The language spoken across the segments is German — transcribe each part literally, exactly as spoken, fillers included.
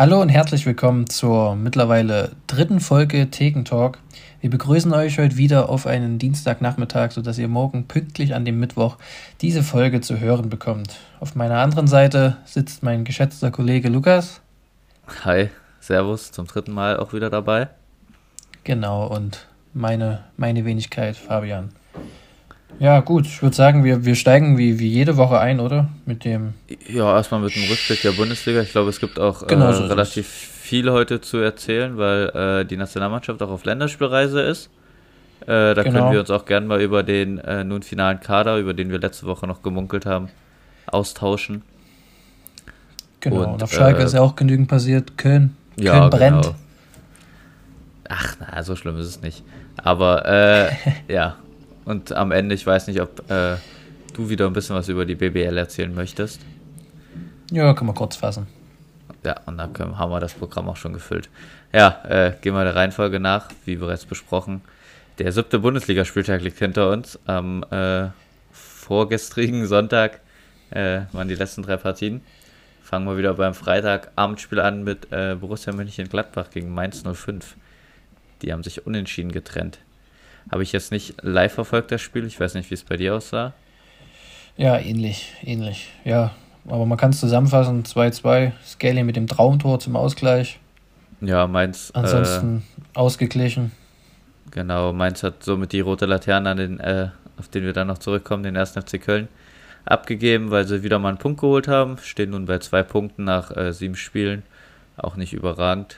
Hallo und herzlich willkommen zur mittlerweile dritten Folge Theken Talk. Wir begrüßen euch heute wieder auf einen Dienstagnachmittag, sodass ihr morgen pünktlich an dem Mittwoch diese Folge zu hören bekommt. Auf meiner anderen Seite sitzt mein geschätzter Kollege Lukas. Hi, Servus, zum dritten Mal auch wieder dabei. Genau, und meine, meine Wenigkeit, Fabian. Ja gut, ich würde sagen, wir, wir steigen wie, wie jede Woche ein, oder? Mit dem Ja, erstmal mit dem Rückblick der Bundesliga. Ich glaube, es gibt auch Genau äh, so ist es. relativ viel heute zu erzählen, weil äh, die Nationalmannschaft auch auf Länderspielreise ist. Äh, da können Genau. wir uns auch gerne mal über den äh, nun finalen Kader, über den wir letzte Woche noch gemunkelt haben, austauschen. Genau, Und, und auf Schalke äh, ist ja auch genügend passiert. Köln, Ja, Köln brennt. genau. Ach, na, so schlimm ist es nicht. Aber äh, ja, und am Ende, ich weiß nicht, ob äh, du wieder ein bisschen was über die B B L erzählen möchtest. Ja, kann man kurz fassen. Ja, und dann können, haben wir das Programm auch schon gefüllt. Ja, äh, gehen wir der Reihenfolge nach, wie bereits besprochen. Der siebte Bundesligaspieltag liegt hinter uns. Am äh, vorgestrigen Sonntag äh, waren die letzten drei Partien. Fangen wir wieder beim Freitagabendspiel an mit äh, Borussia Mönchengladbach gegen Mainz null fünf. Die haben sich unentschieden getrennt. Habe ich jetzt nicht live verfolgt, das Spiel. Ich weiß nicht, wie es bei dir aussah. Ja, ähnlich, ähnlich. Ja, aber man kann es zusammenfassen, zwei zwei, Scaly mit dem Traumtor zum Ausgleich. Ja, Mainz, äh, Ansonsten ausgeglichen. genau, Mainz hat somit die rote Laterne, an den, äh, auf den wir dann noch zurückkommen, den ersten F C Köln, abgegeben, weil sie wieder mal einen Punkt geholt haben. Stehen nun bei zwei Punkten nach äh, sieben Spielen. Auch nicht überragend.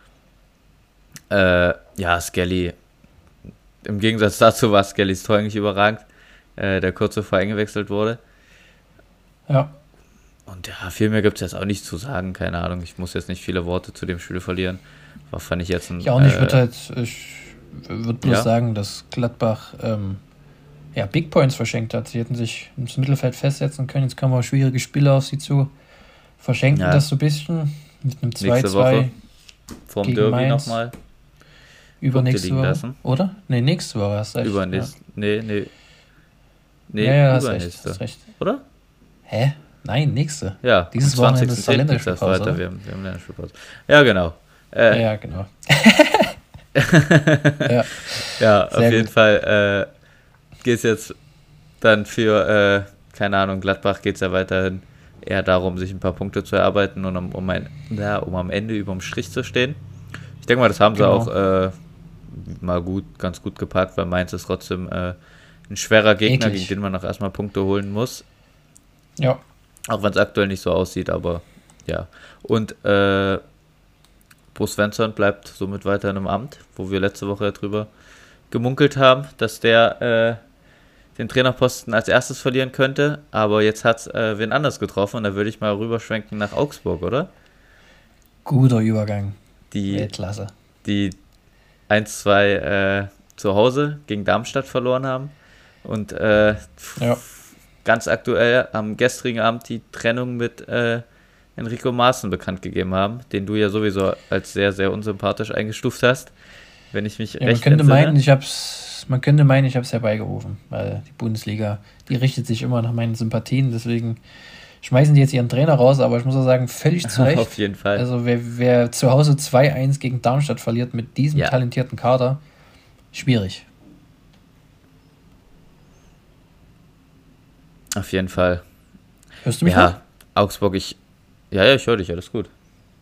Äh, ja, Skelly, im Gegensatz dazu war Skellys Tor eigentlich überragend, äh, der kurz zuvor eingewechselt wurde. Ja, Und ja, viel mehr gibt es jetzt auch nicht zu sagen, keine Ahnung. Ich muss jetzt nicht viele Worte zu dem Spiel verlieren. War, fand ich jetzt ein. ich auch nicht. Ich würde Äh, halt, ich würde bloß Ja? sagen, dass Gladbach ähm, ja, Big Points verschenkt hat. Sie hätten sich ins Mittelfeld festsetzen können. Jetzt kommen auch schwierige Spiele auf sie zu. Verschenken Ja. das so ein bisschen mit einem zwei Nächste zwei Woche vorm gegen Derby Mainz. nochmal. übernächste liegen Woche. lassen. Oder? Nee, nächste Woche hast du recht. Übernächst. Nee, nee. Nee, Ja, ja, ja hast recht, übernächste. hast recht. Oder? Hä? Nein, nächste. Ja, Dieses am Wochenende ist zwanzigsten doch zehnten geht's erst Länderspielpause, weiter. oder? Wir haben, wir haben Länderspielpause. Ja, genau. Äh, Ja, genau. ja. Ja, auf Sehr jeden gut. Fall äh, geht es jetzt dann für, äh, keine Ahnung, Gladbach geht es ja weiterhin eher darum, sich ein paar Punkte zu erarbeiten und um, um, ein, ja, um am Ende überm Strich zu stehen. Ich denke mal, das haben sie Genau. auch äh, mal gut, ganz gut gepackt, weil Mainz ist trotzdem äh, ein schwerer Gegner, Eklig. gegen den man auch erstmal Punkte holen muss. Ja, Auch wenn es aktuell nicht so aussieht, aber ja. Und äh, Bo Svensson bleibt somit weiterhin im Amt, wo wir letzte Woche drüber gemunkelt haben, dass der äh, den Trainerposten als erstes verlieren könnte. Aber jetzt hat es äh, wen anders getroffen und da würde ich mal rüberschwenken nach Augsburg, oder? guter Übergang. Die, Weltklasse. die eins zwei äh, zu Hause gegen Darmstadt verloren haben. Und äh, Ja. ganz aktuell am gestrigen Abend die Trennung mit äh, Enrico Maaßen bekannt gegeben haben, den du ja sowieso als sehr, sehr unsympathisch eingestuft hast, wenn ich mich Ja, man recht könnte entsinne. meinen, ich hab's, man könnte meinen, ich habe es herbeigerufen, weil die Bundesliga, die richtet sich immer nach meinen Sympathien, deswegen schmeißen die jetzt ihren Trainer raus, aber ich muss auch sagen, völlig zu Recht. Auf jeden Fall. Also wer, wer zu Hause zwei eins gegen Darmstadt verliert mit diesem Ja. talentierten Kader, schwierig. Auf jeden Fall. Hörst du mich Ja, noch? Augsburg, ich. Ja, ja, ich höre dich, alles gut.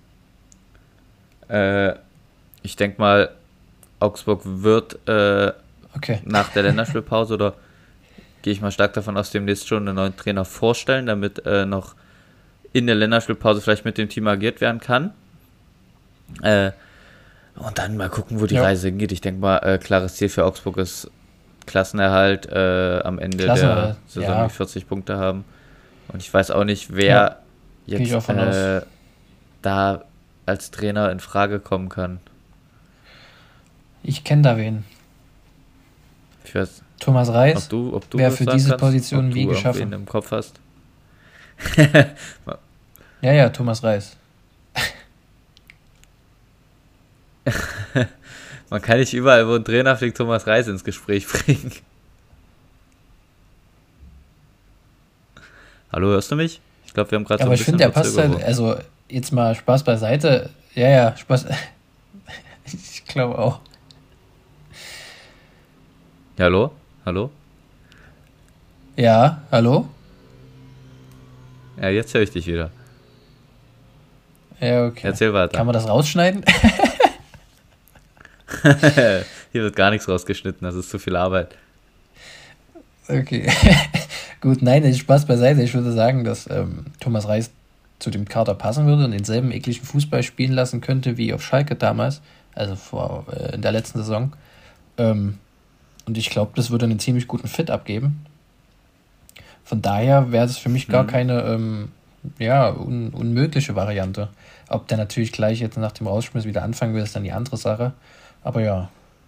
Äh, ich denke mal, Augsburg wird äh, Okay. nach der Länderspielpause oder gehe ich mal stark davon aus, demnächst schon einen neuen Trainer vorstellen, damit äh, noch in der Länderspielpause vielleicht mit dem Team agiert werden kann. Äh, und dann mal gucken, wo die Ja. Reise hingeht. Ich denke mal, äh, klares Ziel für Augsburg ist Klassenerhalt äh, am Ende der Klassenerhalt, Saison, ja. die vierzig Punkte haben. Und ich weiß auch nicht, wer Ja, gehe ich jetzt auch von äh, da als Trainer in Frage kommen kann. Ich kenne da wen. Ich weiß, Thomas ob Reis. du, ob du Wer was für sagen diese kannst, Position ob wie du geschaffen? irgendwen im Kopf hast. Ja, ja, Thomas Reis. Man kann nicht überall, wo ein Trainer fliegt, Thomas Reis ins Gespräch bringen. Hallo, hörst du mich? Ich glaube, wir haben gerade so ein Aber ich bisschen finde, der passt Verzögerung. halt, also jetzt mal Spaß beiseite. Ja, ja, Spaß. Ich glaube auch. Hallo? Hallo? Ja, hallo? Ja, jetzt höre ich dich wieder. Ja, okay. Erzähl weiter. Kann man das rausschneiden? Hier wird gar nichts rausgeschnitten, das ist zu viel Arbeit. Okay. Gut, nein, Spaß beiseite. Ich würde sagen, dass ähm, Thomas Reis zu dem Kader passen würde und denselben ekligen Fußball spielen lassen könnte wie auf Schalke damals, also vor äh, in der letzten Saison. Ähm, und ich glaube, das würde einen ziemlich guten Fit abgeben. Von daher wäre es für mich gar mhm. keine ähm, ja, un- unmögliche Variante. Ob der natürlich gleich jetzt nach dem Rausschmiss wieder anfangen will, ist dann die andere Sache. Aber ja.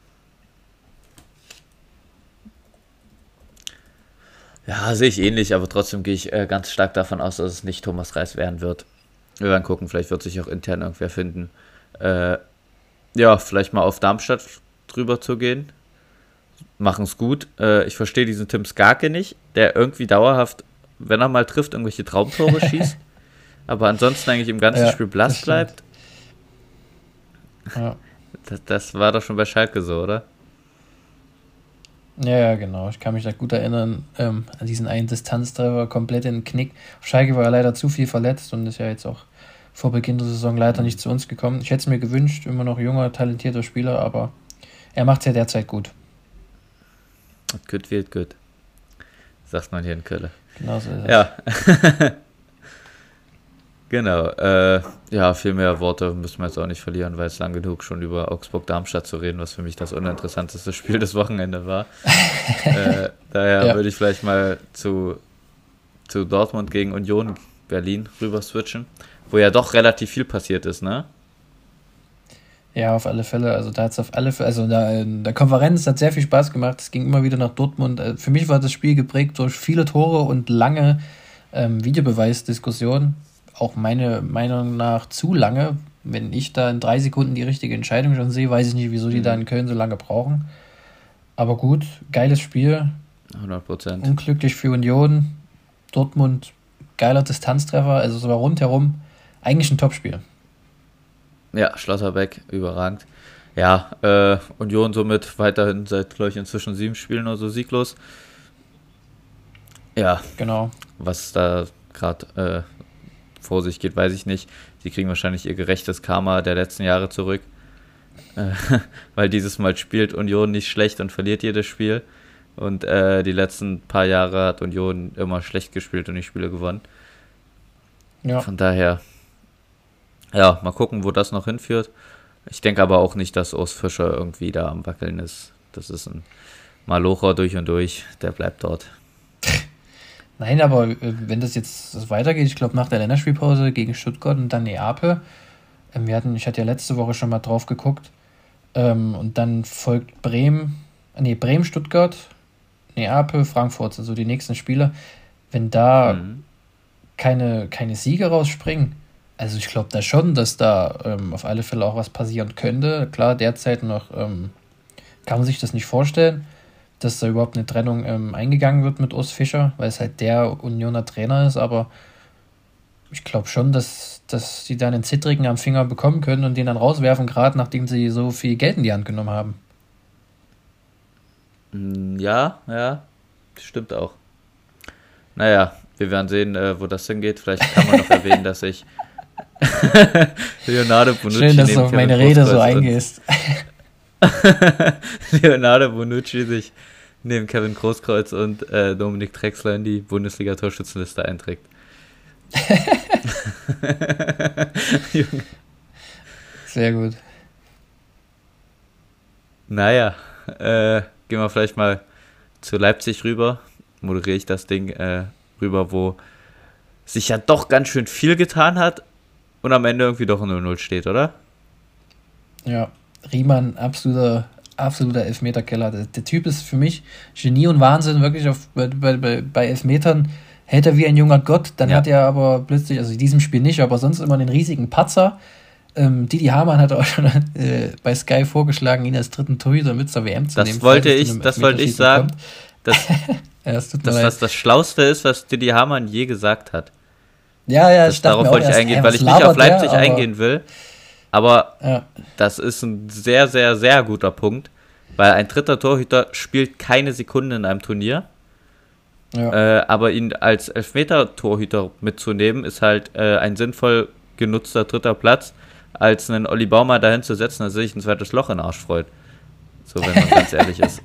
Ja, sehe ich ähnlich, aber trotzdem gehe ich äh, ganz stark davon aus, dass es nicht Thomas Reis werden wird. Wir werden gucken, vielleicht wird sich auch intern irgendwer finden. Äh, ja, vielleicht mal auf Darmstadt drüber zu gehen. Machen es gut. Äh, ich verstehe diesen Tim Skarke nicht, der irgendwie dauerhaft, wenn er mal trifft, irgendwelche Traumtore schießt. Aber ansonsten eigentlich im ganzen Ja, Spiel blass das bleibt. Ja. Das, das war doch schon bei Schalke so, oder? Ja, ja, genau. Ich kann mich da gut erinnern ähm, an diesen einen Distanztreffer, komplett in den Knick. Auf Schalke war er leider zu viel verletzt und ist ja jetzt auch vor Beginn der Saison leider nicht zu uns gekommen. Ich hätte es mir gewünscht, immer noch junger, talentierter Spieler, aber er macht es ja derzeit gut. Gut wird gut. Sagt man hier in Köln. Genau so ist es. Ja. Genau. Äh, ja, viel mehr Worte müssen wir jetzt auch nicht verlieren, weil es lang genug schon über Augsburg-Darmstadt zu reden, was für mich das uninteressanteste Spiel des Wochenendes war. äh, daher ja. würde ich vielleicht mal zu, zu Dortmund gegen Union Berlin rüber switchen, wo ja doch relativ viel passiert ist, ne? Ja, auf alle Fälle. Also da hat es auf alle Fälle, also da in der Konferenz hat sehr viel Spaß gemacht. Es ging immer wieder nach Dortmund. Für mich war das Spiel geprägt durch viele Tore und lange ähm, Videobeweisdiskussionen. Auch meine Meinung nach zu lange. Wenn ich da in drei Sekunden die richtige Entscheidung schon sehe, weiß ich nicht, wieso die mhm. da in Köln so lange brauchen. Aber gut, geiles Spiel. hundert Prozent. Unglücklich für Union. Dortmund, geiler Distanztreffer. Also es war rundherum eigentlich ein Topspiel. Ja, Schlotterbeck, überragend. Ja, äh, Union somit weiterhin seit, glaube ich, inzwischen sieben Spielen oder so sieglos. Ja, genau. Was da gerade äh, vor sich geht, weiß ich nicht. Sie kriegen wahrscheinlich ihr gerechtes Karma der letzten Jahre zurück. Äh, weil dieses Mal spielt Union nicht schlecht und verliert jedes Spiel. Und äh, die letzten paar Jahre hat Union immer schlecht gespielt und die Spiele gewonnen. Ja. Von daher, ja, mal gucken, wo das noch hinführt. Ich denke aber auch nicht, dass Urs Fischer irgendwie da am Wackeln ist. Das ist ein Malocher durch und durch, der bleibt dort. Nein, aber äh, wenn das jetzt weitergeht, ich glaube nach der Länderspielpause gegen Stuttgart und dann Neapel, ähm, wir hatten, ich hatte ja letzte Woche schon mal drauf geguckt, ähm, und dann folgt Bremen, nee, Bremen, Stuttgart, Neapel, Frankfurt, also die nächsten Spiele. Wenn da mhm. keine, keine Siege rausspringen, also ich glaube da schon, dass da ähm, auf alle Fälle auch was passieren könnte. Klar, derzeit noch ähm, kann man sich das nicht vorstellen, dass da überhaupt eine Trennung ähm, eingegangen wird mit Urs Fischer, weil es halt der Unioner Trainer ist, aber ich glaube schon, dass, dass die dann einen Zittrigen am Finger bekommen können und den dann rauswerfen, gerade nachdem sie so viel Geld in die Hand genommen haben. Ja, ja, stimmt auch. Naja, wir werden sehen, äh, wo das hingeht. Vielleicht kann man noch erwähnen, dass ich Leonardo Bonucci Schön, dass du auf meine Rede so eingehst. Leonardo Bonucci sich neben Kevin Großkreuz und äh, Dominik Drexler in die Bundesliga-Torschützenliste einträgt. Sehr gut. Naja, äh, gehen wir vielleicht mal zu Leipzig rüber. Moderiere ich das Ding äh, rüber, wo sich ja doch ganz schön viel getan hat und am Ende irgendwie doch ein null null steht, oder? Ja, Riemann, absoluter, absoluter Elfmeterkeller. Der, der Typ ist für mich Genie und Wahnsinn, wirklich auf, bei, bei, bei Elfmetern hält er wie ein junger Gott, dann ja. hat er aber plötzlich, also in diesem Spiel nicht, aber sonst immer einen riesigen Patzer. Ähm, Didi Hamann hat auch schon äh, bei Sky vorgeschlagen, ihn als dritten Torhüter mit zur W M zu das nehmen. Wollte ich, das wollte ich sagen, dass, ja, das, dass das das Schlauste ist, was Didi Hamann je gesagt hat. Ja, ja, das, darauf wollte ich eingehen, weil ich nicht auf Leipzig der, eingehen will. Aber ja. Das ist ein sehr, sehr, sehr guter Punkt, weil ein dritter Torhüter spielt keine Sekunde in einem Turnier. Ja. Äh, aber ihn als Elfmeter-Torhüter mitzunehmen, ist halt äh, ein sinnvoll genutzter dritter Platz, als einen Olli Baumer dahin zu setzen, dass sich ein zweites Loch in den Arsch freut. So, wenn man ganz ehrlich ist.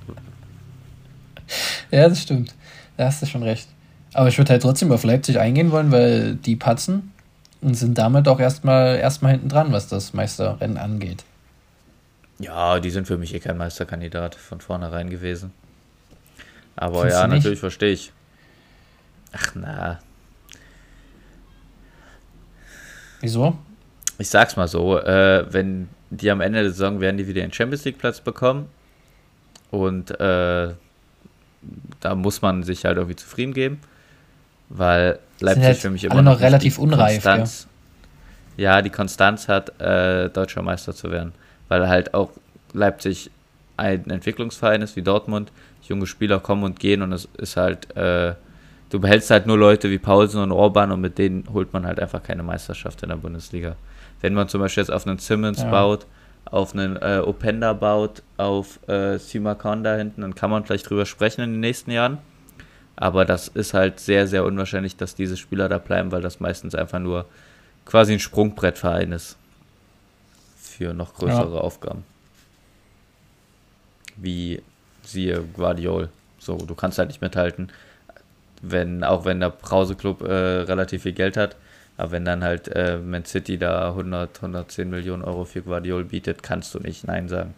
Ja, das stimmt. Da hast du schon recht. Aber ich würde halt trotzdem auf Leipzig eingehen wollen, weil die patzen und sind damit auch erstmal erstmal hinten dran, was das Meisterrennen angeht. Ja, die sind für mich eh kein Meisterkandidat von vornherein gewesen. Aber Findest ja, natürlich verstehe ich. Ach na. Wieso? Ich sag's mal so, äh, wenn die am Ende der Saison werden die wieder den Champions League Platz bekommen und äh, da muss man sich halt irgendwie zufrieden geben, weil Leipzig halt für mich immer noch, noch relativ unreif. Konstanz, ja. ja, die Konstanz hat, äh, deutscher Meister zu werden, weil halt auch Leipzig ein Entwicklungsverein ist wie Dortmund, junge Spieler kommen und gehen und es ist halt, äh, du behältst halt nur Leute wie Paulsen und Orban und mit denen holt man halt einfach keine Meisterschaft in der Bundesliga. Wenn man zum Beispiel jetzt auf einen Simmons ja. baut, auf einen äh, Openda baut, auf äh, Simakon da hinten, dann kann man vielleicht drüber sprechen in den nächsten Jahren. Aber das ist halt sehr, sehr unwahrscheinlich, dass diese Spieler da bleiben, weil das meistens einfach nur quasi ein Sprungbrettverein ist für noch größere ja. Aufgaben. Wie siehe Guardiol. So, du kannst halt nicht mithalten, wenn, auch wenn der Brause-Club äh, relativ viel Geld hat, aber wenn dann halt äh, Man City da hundert, hundertzehn Millionen Euro für Guardiol bietet, kannst du nicht Nein sagen.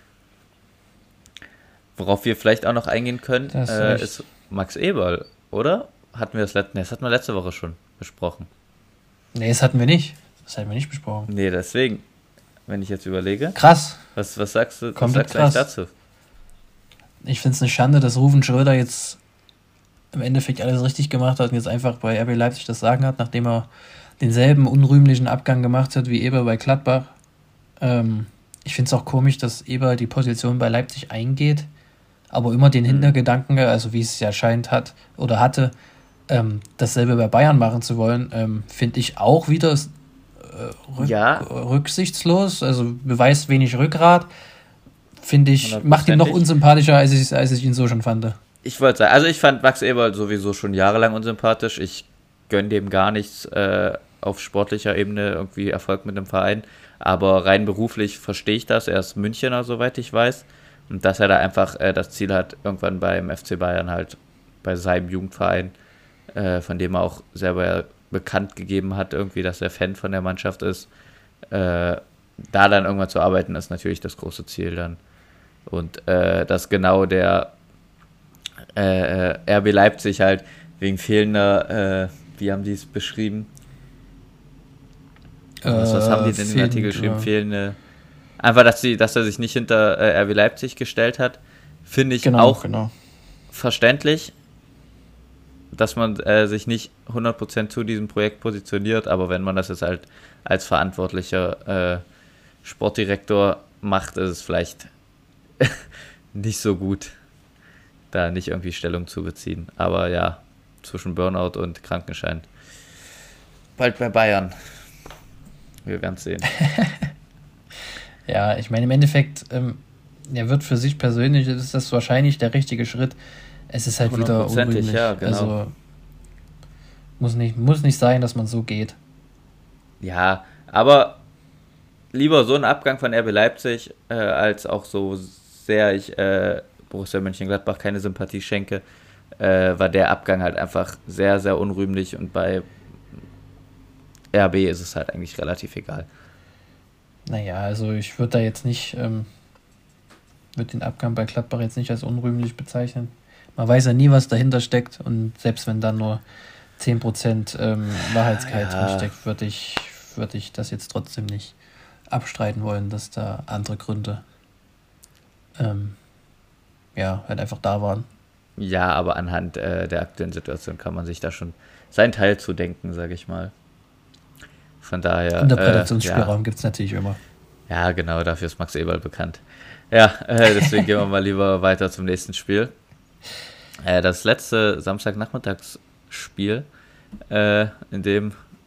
Worauf wir vielleicht auch noch eingehen können, äh, ist Max Eberl, oder? Hatten wir das letzte, nee, das hatten wir letzte Woche schon besprochen. Nee, das hatten wir nicht. Das hatten wir nicht besprochen. Nee, deswegen, wenn ich jetzt überlege. Krass. Was, was sagst du, was sagst du eigentlich dazu? Ich finde es eine Schande, dass Ruven Schröder jetzt im Endeffekt alles richtig gemacht hat und jetzt einfach bei R B Leipzig das Sagen hat, nachdem er denselben unrühmlichen Abgang gemacht hat wie Eber bei Gladbach. Ähm, ich finde es auch komisch, dass Eber die Position bei Leipzig eingeht, aber immer den Hintergedanken, also wie es ja scheint hat oder hatte, ähm, dasselbe bei Bayern machen zu wollen, ähm, finde ich auch wieder äh, rück, ja. rücksichtslos, also beweist wenig Rückgrat. Finde ich, macht ihn noch unsympathischer, als ich, als ich ihn so schon fand. Ich wollte sagen, also ich fand Max Eberl sowieso schon jahrelang unsympathisch. Ich gönne dem gar nichts äh, auf sportlicher Ebene, irgendwie Erfolg mit dem Verein. Aber rein beruflich verstehe ich das. Er ist Münchener, soweit ich weiß. Und dass er da einfach äh, das Ziel hat, irgendwann beim F C Bayern halt, bei seinem Jugendverein, äh, von dem er auch selber bekannt gegeben hat, irgendwie, dass er Fan von der Mannschaft ist, äh, da dann irgendwann zu arbeiten, ist natürlich das große Ziel dann. Und äh, dass genau der äh, R B Leipzig halt wegen fehlender, äh, wie haben die es beschrieben? Äh, was, was haben die denn im Artikel geschrieben? Ja. Fehlende, einfach, dass, sie, dass er sich nicht hinter äh, R B Leipzig gestellt hat, finde ich genau, auch genau. verständlich, dass man äh, sich nicht hundert Prozent zu diesem Projekt positioniert, aber wenn man das jetzt halt als verantwortlicher äh, Sportdirektor macht, ist es vielleicht nicht so gut, da nicht irgendwie Stellung zu beziehen. Aber ja, zwischen Burnout und Krankenschein. Bald bei Bayern. Wir werden es sehen. Ja, ich meine, im Endeffekt, ähm, er wird für sich persönlich, ist das wahrscheinlich der richtige Schritt. Es ist halt wieder unrühmlich. Ja, genau. Also muss nicht, muss nicht sein, dass man so geht. Ja, aber lieber so ein Abgang von R B Leipzig, äh, als auch so sehr ich äh, Borussia Mönchengladbach keine Sympathie schenke, äh, war der Abgang halt einfach sehr, sehr unrühmlich und bei R B ist es halt eigentlich relativ egal. Naja, also ich würde da jetzt nicht, ähm, würde den Abgang bei Gladbach jetzt nicht als unrühmlich bezeichnen. Man weiß ja nie, was dahinter steckt und selbst wenn dann nur zehn Prozent ähm, Wahrheitsgehalt ja. drinsteckt, würde ich, würd ich das jetzt trotzdem nicht abstreiten wollen, dass da andere Gründe ähm, ja, halt einfach da waren. Ja, aber anhand äh, der aktuellen Situation kann man sich da schon seinen Teil zu denken, sage ich mal. Von daher... Interpretationsspielraum äh, ja. gibt es natürlich immer. Ja, genau, dafür ist Max Eberl bekannt. Ja, äh, deswegen gehen wir mal lieber weiter zum nächsten Spiel. Äh, das letzte Samstagnachmittagsspiel, äh, in dem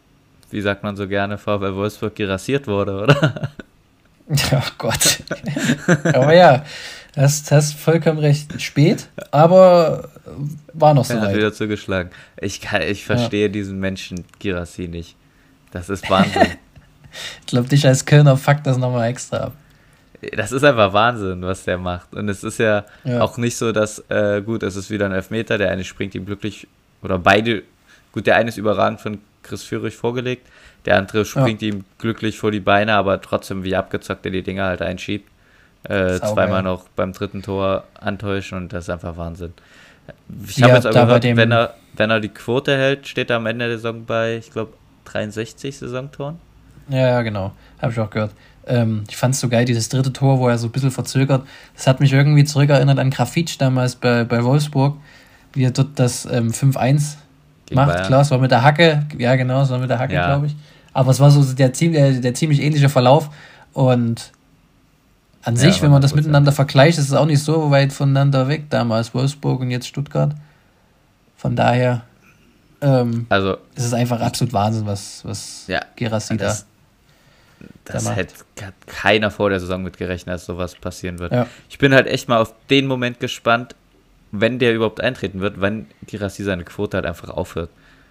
wie sagt man so gerne, VfL Wolfsburg gerassiert wurde, oder? Oh Gott. Aber ja, hast, hast vollkommen recht. Spät, aber war noch so Er hat weit. wieder zugeschlagen. Ich, kann, ich verstehe ja. diesen Menschen Girassi nicht. Das ist Wahnsinn. Ich glaube, dich als Kölner fuckt das nochmal extra ab. Das ist einfach Wahnsinn, was der macht. Und es ist ja, Ja. auch nicht so, dass, äh, gut, es ist wieder ein Elfmeter, der eine springt ihm glücklich, oder beide, gut, der eine ist überragend von Chris Führig vorgelegt, der andere springt Ja. ihm glücklich vor die Beine, aber trotzdem wie abgezockt er die Dinger halt einschiebt. Äh, Saugeil. zweimal noch beim dritten Tor antäuschen und das ist einfach Wahnsinn. Ich Ja, habe jetzt aber da bei gehört, dem- wenn er, wenn er die Quote hält, steht er am Ende der Saison bei, ich glaube, dreiundsechzig Saisontoren. Ja, ja, genau. Habe ich auch gehört. Ähm, ich fand es so geil, dieses dritte Tor, wo er so ein bisschen verzögert. Das hat mich irgendwie zurückerinnert an Grafitsch damals bei, bei Wolfsburg, wie er dort das ähm, fünf eins Gegen macht. Bayern. Klar, es war mit der Hacke. Ja, genau, es war mit der Hacke, Ja. glaube ich. Aber es war so der, ziem- der, der ziemlich ähnliche Verlauf. Und an Ja, sich, wenn man das hundert Prozent. miteinander vergleicht, ist es auch nicht so weit voneinander weg. Damals Wolfsburg und jetzt Stuttgart. Von daher ähm, Also, ist es einfach absolut Wahnsinn, was, was Ja, Girassi da. das- das macht. hätte hat keiner vor der Saison mit gerechnet, dass sowas passieren wird. Ja. Ich bin halt echt mal auf den Moment gespannt, wenn der überhaupt eintreten wird, wenn Girassi seine Quote halt einfach aufhört.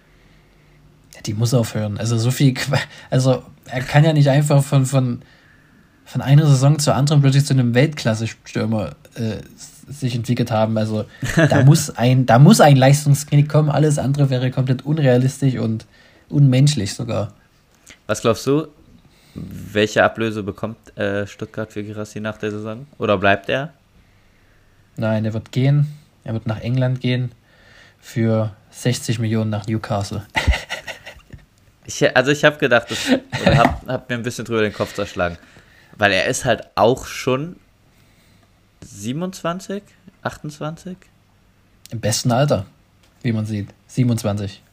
Die muss aufhören. Also so viel, Qua- also er kann ja nicht einfach von, von, von einer Saison zur anderen plötzlich zu einem Weltklasse-Stürmer äh, sich entwickelt haben. Also da muss ein, da muss ein Leistungsknick kommen. Alles andere wäre komplett unrealistisch und unmenschlich sogar. Was glaubst du, welche Ablöse bekommt äh, Stuttgart für Girassi nach der Saison? Oder bleibt er? Nein, er wird gehen. Er wird nach England gehen für sechzig Millionen nach Newcastle. Ich, also ich habe gedacht, das, oder hab, hab mir ein bisschen drüber den Kopf zerschlagen. Weil er ist halt auch schon siebenundzwanzig, achtundzwanzig? Im besten Alter, wie man sieht. siebenundzwanzig.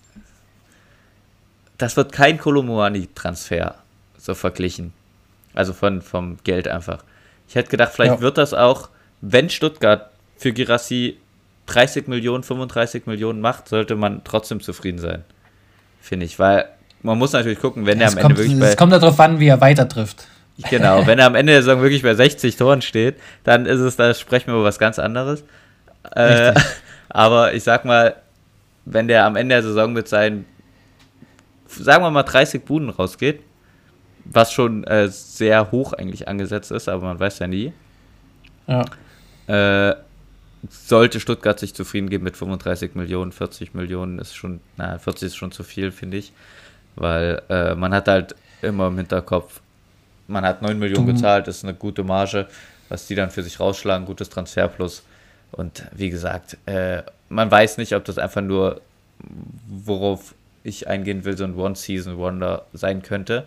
Das wird kein Kolomuani-Transfer so verglichen. Also von, vom Geld einfach. Ich hätte gedacht, vielleicht Ja. wird das auch, wenn Stuttgart für Girassi dreißig Millionen, fünfunddreißig Millionen macht, sollte man trotzdem zufrieden sein. Finde ich, weil man muss natürlich gucken, wenn Ja, er es am Ende kommt, wirklich es bei, kommt darauf an, wie er weiter trifft. genau, wenn er am Ende der Saison wirklich bei sechzig Toren steht, dann ist es, da sprechen wir über was ganz anderes. Äh, Richtig. aber ich sag mal, wenn der am Ende der Saison mit seinen, sagen wir mal, dreißig Buden rausgeht, was schon äh, sehr hoch eigentlich angesetzt ist, aber man weiß ja nie, Ja. äh, sollte Stuttgart sich zufrieden geben mit fünfunddreißig Millionen, vierzig Millionen ist schon, na, vierzig ist schon zu viel, finde ich, weil äh, man hat halt immer im Hinterkopf, man hat neun Millionen Du- gezahlt, ist eine gute Marge, was die dann für sich rausschlagen, gutes Transferplus. Und wie gesagt, äh, man weiß nicht, ob das einfach nur, worauf ich eingehen will, so ein One-Season-Wonder sein könnte.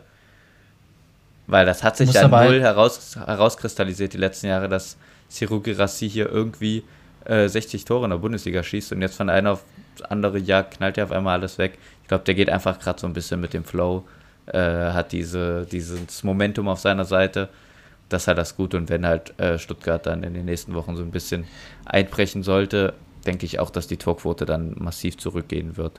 Weil das hat sich Muss ja aber null halt- heraus, herauskristallisiert die letzten Jahre, dass Serhou Guirassy hier irgendwie äh, sechzig Tore in der Bundesliga schießt und jetzt von einer auf das andere Jahr knallt er auf einmal alles weg. Ich glaube, der geht einfach gerade so ein bisschen mit dem Flow, äh, hat diese, dieses Momentum auf seiner Seite. Das ist halt das Gute und wenn halt äh, Stuttgart dann in den nächsten Wochen so ein bisschen einbrechen sollte, denke ich auch, dass die Torquote dann massiv zurückgehen wird.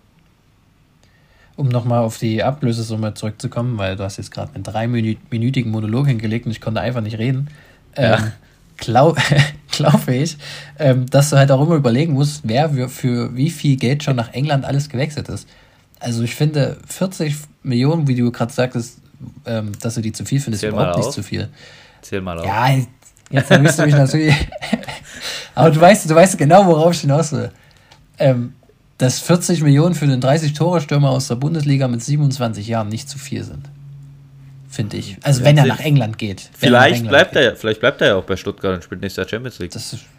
Um nochmal auf die Ablösesumme zurückzukommen, weil du hast jetzt gerade einen dreiminütigen Monolog hingelegt und ich konnte einfach nicht reden. Ja. Ähm, glaub, glaube ich, ähm, dass du halt auch immer überlegen musst, wer für, für wie viel Geld schon nach England alles gewechselt ist. Also ich finde vierzig Millionen, wie du gerade sagtest, ähm, dass du die zu viel findest, Zähl überhaupt mal nicht auf. zu viel. Zähl mal auf. Ja, jetzt erwischst du mich natürlich. Aber du weißt, du weißt genau, worauf ich hinaus will. Ähm, dass vierzig Millionen für einen dreißig-Tore-Stürmer aus der Bundesliga mit siebenundzwanzig Jahren nicht zu viel sind. Finde ich. Also Ja, wenn er se- nach England geht. Wenn er nach Vielleicht England bleibt, geht. er, ja- vielleicht bleibt er ja auch bei Stuttgart und spielt nächstes Jahr Champions League. Das ist,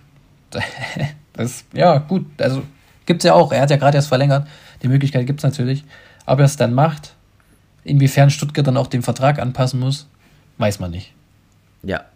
das, ja, gut. Also gibt es ja auch. Er hat ja gerade erst verlängert. Die Möglichkeit gibt es natürlich. Ob er es dann macht, inwiefern Stuttgart dann auch den Vertrag anpassen muss, weiß man nicht. Ja.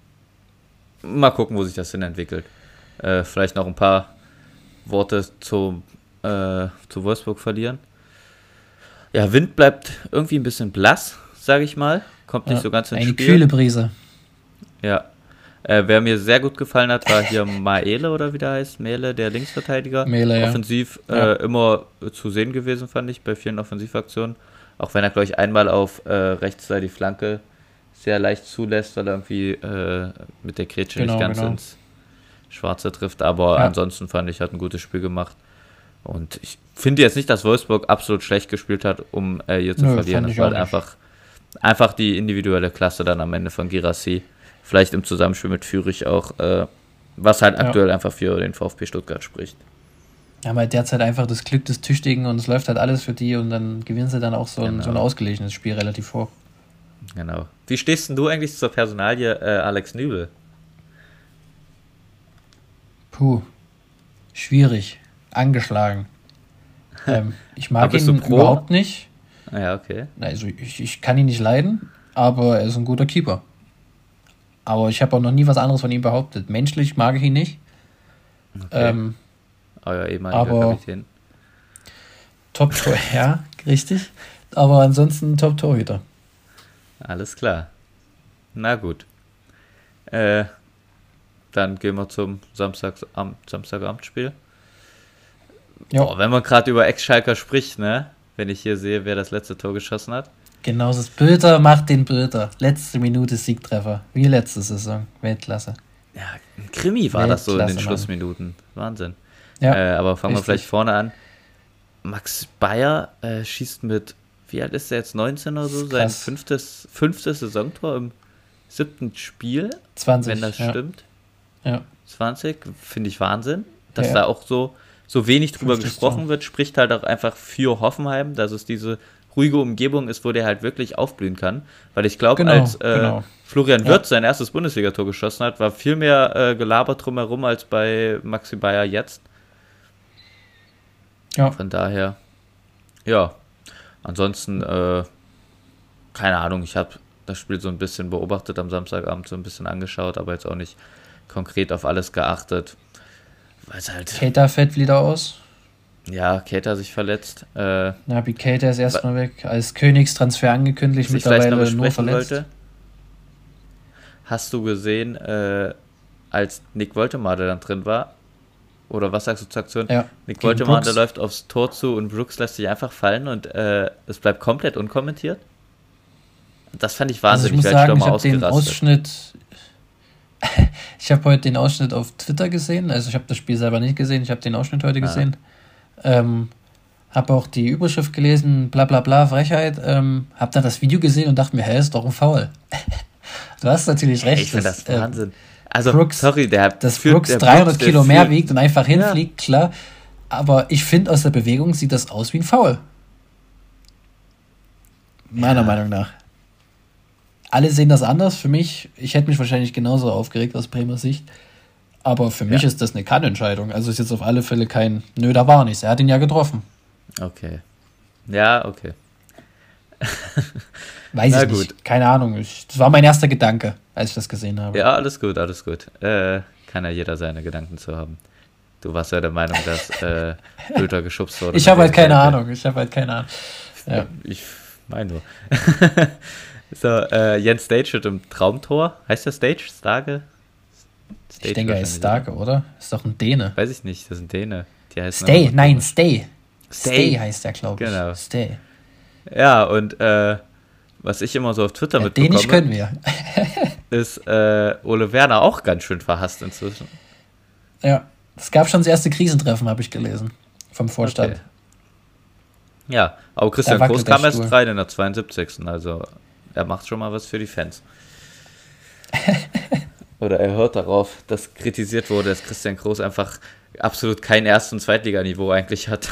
Mal gucken, wo sich das hin entwickelt. Äh, vielleicht noch ein paar Worte zu, äh, zu Wolfsburg verlieren. Ja, Wind bleibt irgendwie ein bisschen blass, sage ich mal. Kommt nicht Ja, so ganz ins eine Spiel. kühle Brise. Ja. Äh, wer mir sehr gut gefallen hat, war hier Maele oder wie der heißt. Mele, der Linksverteidiger. Mele, ja. Offensiv äh, Ja. immer zu sehen gewesen, fand ich, bei vielen Offensivaktionen. Auch wenn er, glaube ich, einmal auf äh, rechts da die Flanke sehr leicht zulässt, weil er irgendwie äh, mit der Grätsche Genau, nicht ganz genau. ins Schwarze trifft. Aber Ja. ansonsten fand ich, hat ein gutes Spiel gemacht. Und ich finde jetzt nicht, dass Wolfsburg absolut schlecht gespielt hat, um äh, hier zu Nö, verlieren. fand Das ich war auch halt nicht. einfach, einfach die individuelle Klasse dann am Ende von Guirassy. Vielleicht im Zusammenspiel mit Fürich auch, äh, was halt Ja. aktuell einfach für den VfB Stuttgart spricht. Ja, weil derzeit einfach das Glück des Tüchtigen und es läuft halt alles für die und dann gewinnen sie dann auch so ein, Genau. so ein ausgeglichenes Spiel relativ hoch. Genau. Wie stehst denn du eigentlich zur Personalie äh, Alex Nübel? Puh, schwierig, angeschlagen. ähm, ich mag Aber bist ihn du pro? überhaupt nicht. Ah, ja, okay. Also ich, ich kann ihn nicht leiden, aber er ist ein guter Keeper. Aber ich habe auch noch nie was anderes von ihm behauptet. Menschlich mag ich ihn nicht. Okay. Ähm, Euer ehemaliger aber- Kapitän. Top Tor, ja, richtig. Aber ansonsten Top Torhüter. Alles klar. Na gut. Äh, dann gehen wir zum Samstagsabend, Samstagabendspiel. Ja, Boah, wenn man gerade über Ex-Schalker spricht, ne? Wenn ich hier sehe, wer das letzte Tor geschossen hat. genau, das Bülter macht den Bülter. Letzte Minute Siegtreffer. Wie letzte Saison. Weltklasse. Ja, ein Krimi war das so in den Weltklasse, Mann. Schlussminuten. Wahnsinn. Ja, äh, aber fangen wir richtig. vielleicht vorne an. Max Bayer äh, schießt mit, wie alt ist er jetzt, neunzehn oder so? Sein Krass. fünftes, fünftes Saisontor im siebten Spiel, zwanzig. wenn das ja. stimmt. Ja. zwanzig, finde ich Wahnsinn. Dass Ja. da auch so, so wenig drüber fünfzig gesprochen Tor. wird, spricht halt auch einfach für Hoffenheim, dass es diese ruhige Umgebung ist, wo der halt wirklich aufblühen kann. Weil ich glaube, Genau, als äh, genau. Florian Ja. Wirtz sein erstes Bundesligator geschossen hat, war viel mehr äh, gelabert drumherum als bei Maxi Bayer jetzt. Ja. Von daher, ja. Ansonsten, äh, keine Ahnung, ich habe das Spiel so ein bisschen beobachtet am Samstagabend, so ein bisschen angeschaut, aber jetzt auch nicht konkret auf alles geachtet. Weil es halt, Keita fällt wieder aus. ja, Keita sich verletzt. Äh, Nabi Keita ist erstmal weg. Als Königstransfer angekündigt, was ich vielleicht noch mittlerweile nur besprechen verletzt. wollte. Hast du gesehen, äh, als Nick Woltemade dann drin war? Oder was sagst du zur Aktion? Ja, Nick gegen Woltemade Brooks. läuft aufs Tor zu und Brooks lässt sich einfach fallen und äh, es bleibt komplett unkommentiert. Das fand ich Also ich wahnsinnig, muss weil sagen, ich ich da mal habe den ausgerastet. Ausschnitt. Ich habe heute den Ausschnitt auf Twitter gesehen. Also ich habe das Spiel selber nicht gesehen. Ich habe den Ausschnitt heute Ah. gesehen. Ähm, habe auch die Überschrift gelesen, bla bla bla, Frechheit. Ähm, habe dann das Video gesehen und dachte mir, hä, ist doch ein Foul. Du hast natürlich recht. Ich finde das äh, Wahnsinn. Also, Brooks- sorry, der dass führt- Brooks der dreihundert Brooks, der Kilo mehr führt- wiegt und einfach Ja. hinfliegt, klar. Aber ich finde, aus der Bewegung sieht das aus wie ein Foul. Meiner Ja. Meinung nach. Alle sehen das anders. Für mich, ich hätte mich wahrscheinlich genauso aufgeregt aus Bremer Sicht. Aber für mich Ja. ist das eine Kannentscheidung. Also ist jetzt auf alle Fälle kein, nö, da war nichts. Er hat ihn ja getroffen. Okay. Ja, okay. Weiß Na ich gut. nicht. Keine Ahnung. Ich, das war mein erster Gedanke, als ich das gesehen habe. Ja, alles gut, alles gut. Äh, kann ja jeder seine Gedanken zu haben. Du warst ja der Meinung, dass äh, Bülter geschubst wurde. Ich habe halt keine Ahnung. Ich habe halt keine Ahnung. Ja. Ich meine nur. So, äh, Jens Stage im Traumtor. Heißt der Stage? Starke? Stage Ich denke, er ist wahrscheinlich, stark, oder? Ist doch ein Däne. oder? Weiß ich nicht, das sind Däne. Die heißen Stay, einfach nein, komisch. Stay. Stay. Stay heißt der, glaube ich. Genau. Stay. Ja, und äh, was ich immer so auf Twitter Ja, mitbekomme, Dänisch können wir. ist äh, Ole Werner auch ganz schön verhasst inzwischen. Ja. Es gab schon das erste Krisentreffen, habe ich gelesen. Vom Vorstand. Okay. Ja, aber Christian Da wackelt Groß der kam erst Stuhl. rein in der zweiundsiebzigsten Also er macht schon mal was für die Fans. Oder er hört darauf, dass kritisiert wurde, dass Christian Groß einfach absolut kein Erst- und Zweitliganiveau eigentlich hat.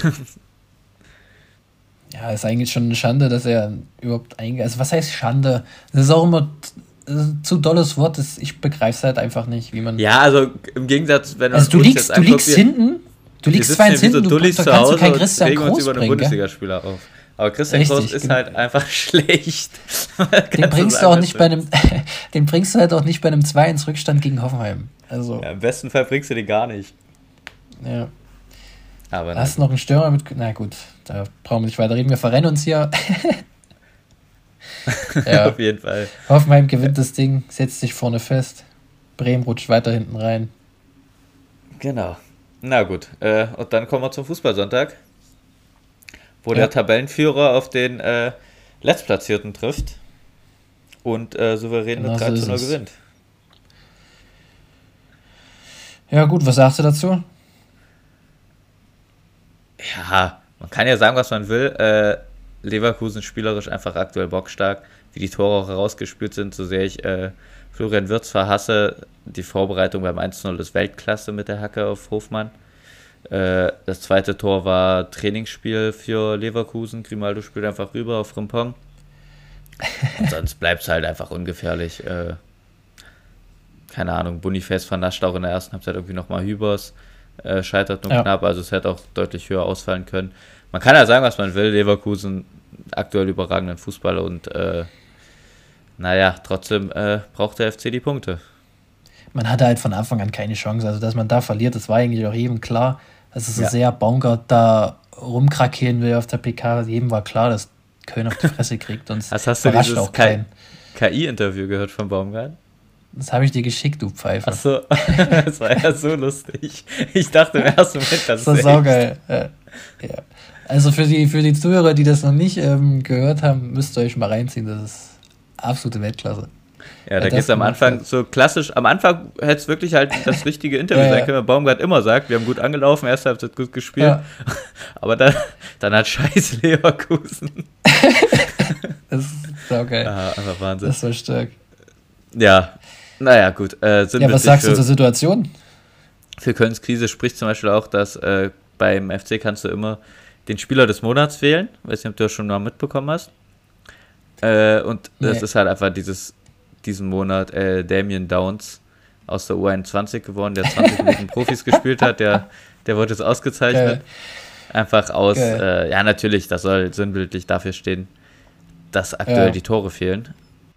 Ja, ist eigentlich schon eine Schande, dass er überhaupt einge... Also was heißt Schande? Das ist auch immer t- ein zu dolles Wort. Das, ich begreife es halt einfach nicht, wie man... Ja, also im Gegensatz, wenn also du uns liegst, jetzt du anguckt, liegst wir- hinten, du wir liegst sitzen zwei hier eins wie so hinten, du, Dullis da zu kannst du Hause keinen und Christian regen uns Groß über einen bringen. gell? Bundesligaspieler auf. Aber Christian Richtig, Groß ist genau. halt einfach schlecht. Den bringst du auch nicht bei einem... Den bringst du halt auch nicht bei einem zwei eins Rückstand gegen Hoffenheim. Also, Ja, im besten Fall bringst du den gar nicht. ja. Aber Hast du noch einen Stürmer mit... Na gut, da brauchen wir nicht weiter reden. Wir verrennen uns hier. Ja. auf jeden Fall. Hoffenheim gewinnt das Ding, setzt sich vorne fest. Bremen rutscht weiter hinten rein. Genau. Na gut. Äh, und dann kommen wir zum Fußballsonntag, wo Ja. der Tabellenführer auf den äh, Letztplatzierten trifft und äh, souverän Genau mit so drei zu ist null es. gewinnt. Ja gut, was sagst du dazu? Ja, man kann ja sagen, was man will. Äh, Leverkusen spielerisch einfach aktuell bockstark. Wie die Tore auch herausgespielt sind, so sehr ich äh, Florian Wirtz verhasse. Die Vorbereitung beim eins zu null ist Weltklasse mit der Hacke auf Hofmann. Äh, das zweite Tor war Trainingsspiel für Leverkusen. Grimaldo spielt einfach rüber auf Frimpong. Und sonst bleibt es halt einfach ungefährlich. Äh, keine Ahnung, Boniface vernascht auch in der ersten Halbzeit irgendwie nochmal Hübers. Äh, scheitert nur Ja. knapp, also es hätte auch deutlich höher ausfallen können. Man kann ja sagen, was man will. Leverkusen aktuell überragenden Fußball und äh, naja, trotzdem äh, braucht der F C die Punkte. Man hatte halt von Anfang an keine Chance. Also, dass man da verliert, das war eigentlich auch jedem klar. Also, so Ja. sehr Baumgart da rumkrakeelen will auf der P K, jedem war klar, dass Köln auf die Fresse kriegt. Und es Was hast du überrascht dieses auch keinen. K I-Interview gehört von Baumgart? Das habe ich dir geschickt, du Pfeife. Achso, das war ja so lustig. Ich dachte im ersten Moment, das Das ist war echt. saugeil. Ja. Ja. Also für die, für die Zuhörer, die das noch nicht ähm, gehört haben, müsst ihr euch mal reinziehen. Das ist absolute Weltklasse. Ja, da Ja, geht es das am gemacht Anfang hat. so klassisch. Am Anfang hätte es wirklich halt das richtige Interview Ja, sein ja. können, weil Baumgart immer sagt, wir haben gut angelaufen, erste Halbzeit gut gespielt. Ja, Aber dann, dann hat scheiß Leverkusen. das ist saugeil. Ja, einfach Wahnsinn. Das war stark. Ja, naja, gut. Äh, Ja, sinnbildlich was sagst du für, zur Situation? für Kölns Krise spricht zum Beispiel auch, dass äh, beim F C kannst du immer den Spieler des Monats wählen. Weiß nicht, ob du das schon mal mitbekommen hast. Äh, und das Nee. ist halt einfach dieses, diesen Monat äh, Damien Downs aus der U einundzwanzig geworden, der zwanzig Minuten Profis gespielt hat. Der, der wurde jetzt ausgezeichnet. Geil. Einfach aus, Geil. äh, ja natürlich, das soll sinnbildlich dafür stehen, dass aktuell Ja. die Tore fehlen.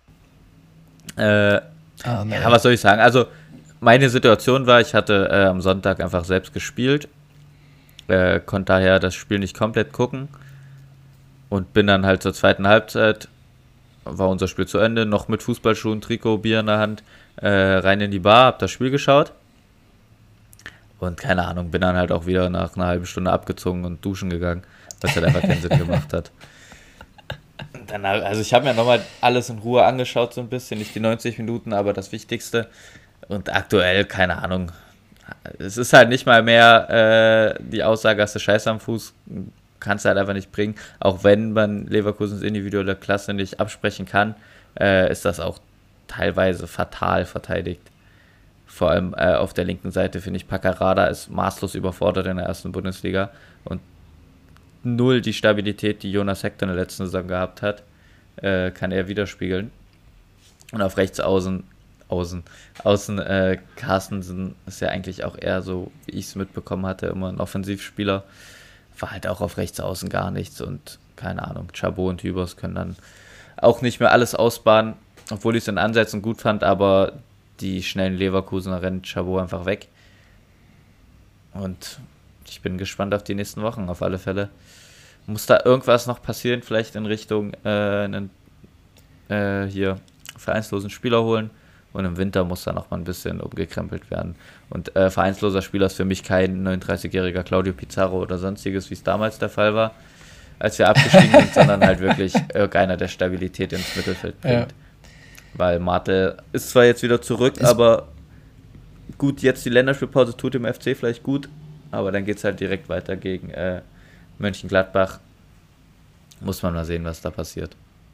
Äh, Ah, nee. ja, was soll ich sagen? Also, meine Situation war, ich hatte äh, am Sonntag einfach selbst gespielt, äh, konnte daher das Spiel nicht komplett gucken und bin dann halt zur zweiten Halbzeit, war unser Spiel zu Ende, noch mit Fußballschuhen, Trikot, Bier in der Hand, äh, rein in die Bar, hab das Spiel geschaut und keine Ahnung, bin dann halt auch wieder nach einer halben Stunde abgezogen und duschen gegangen, was halt einfach keinen Sinn gemacht hat. Dann, also ich habe mir nochmal alles in Ruhe angeschaut, so ein bisschen, nicht die neunzig Minuten, aber das Wichtigste. Und aktuell, keine Ahnung, es ist halt nicht mal mehr äh, die Aussage, hast du Scheiße am Fuß, kannst du halt einfach nicht bringen. Auch wenn man Leverkusens individuelle Klasse nicht absprechen kann, äh, ist das auch teilweise fatal verteidigt. Vor allem äh, auf der linken Seite finde ich, Paccarada ist maßlos überfordert in der ersten Bundesliga und null die Stabilität, die Jonas Hector in der letzten Saison gehabt hat, äh, kann er widerspiegeln. Und auf rechts außen, außen, außen äh, Carstensen ist ja eigentlich auch eher so, wie ich es mitbekommen hatte, immer ein Offensivspieler. War halt auch auf rechts außen gar nichts und keine Ahnung, Chabot und Hübers können dann auch nicht mehr alles ausbaden, obwohl ich es in Ansätzen gut fand, aber die schnellen Leverkusener rennt Chabot einfach weg. Und ich bin gespannt auf die nächsten Wochen, auf alle Fälle. Muss da irgendwas noch passieren, vielleicht in Richtung äh, einen äh, hier vereinslosen Spieler holen und im Winter muss da noch mal ein bisschen umgekrempelt werden. Und äh, vereinsloser Spieler ist für mich kein neununddreißigjähriger Claudio Pizarro oder sonstiges, wie es damals der Fall war, als wir abgestiegen sind, sondern halt wirklich irgendeiner, der Stabilität ins Mittelfeld bringt. Ja. Weil Martel ist zwar jetzt wieder zurück, Ist- aber gut, jetzt die Länderspielpause tut dem F C vielleicht gut, aber dann geht es halt direkt weiter gegen äh, Mönchengladbach. Muss man mal sehen, was da passiert.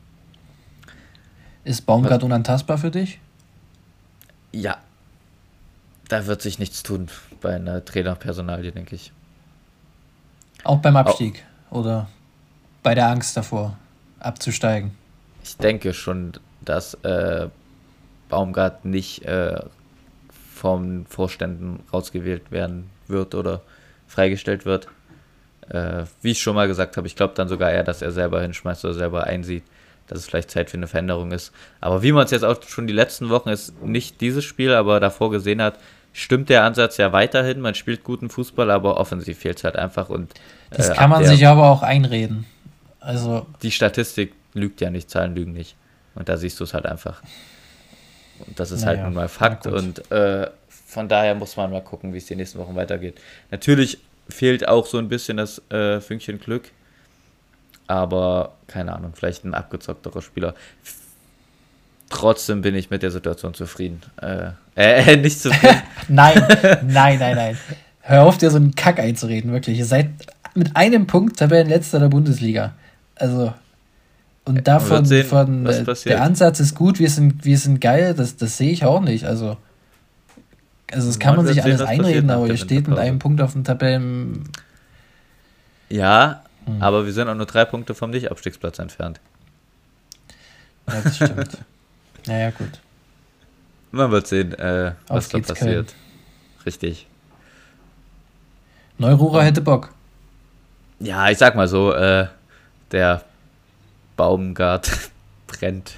Ist Baumgart unantastbar für dich? Ja, da wird sich nichts tun bei einer Trainerpersonalie, denke ich. Auch beim Abstieg? Oder bei der Angst davor, abzusteigen? Ich denke schon, dass äh, Baumgart nicht äh, vom Vorständen rausgewählt werden wird oder freigestellt wird. Äh, wie ich schon mal gesagt habe, ich glaube dann sogar eher, dass er selber hinschmeißt oder selber einsieht, dass es vielleicht Zeit für eine Veränderung ist. Aber wie man es jetzt auch schon die letzten Wochen ist, nicht dieses Spiel, aber davor gesehen hat, stimmt der Ansatz ja weiterhin. Man spielt guten Fußball, aber offensiv fehlt es halt einfach. Und Das äh, kann man Abwehr- sich aber auch einreden. Also, die Statistik lügt ja nicht, Zahlen lügen nicht. Und da siehst du es halt einfach. Und das ist Naja, halt nun mal Fakt. na gut. Und äh, von daher muss man mal gucken, wie es die nächsten Wochen weitergeht. Natürlich fehlt auch so ein bisschen das äh, Fünkchen Glück. aber keine Ahnung, vielleicht ein abgezockterer Spieler. Trotzdem bin ich mit der Situation zufrieden. Äh, äh nicht zufrieden. Nein, nein, nein, nein. Hör auf, dir so einen Kack einzureden, wirklich. Ihr seid mit einem Punkt Tabellenletzter der Bundesliga. Also, und davon, sehen, von, äh, der Ansatz ist gut, wir sind, wir sind geil, das, das sehe ich auch nicht. Also, also das kann man sich alles einreden, aber ihr steht mit einem Punkt auf dem Tabellen. Ja, hm. aber wir sind auch nur drei Punkte vom Nicht-Abstiegsplatz entfernt. Ja, das stimmt. Naja, gut. Man wird sehen, äh, was da passiert. Köln. Richtig. Neururer hätte Bock. Ja, ich sag mal so, äh, der Baumgart brennt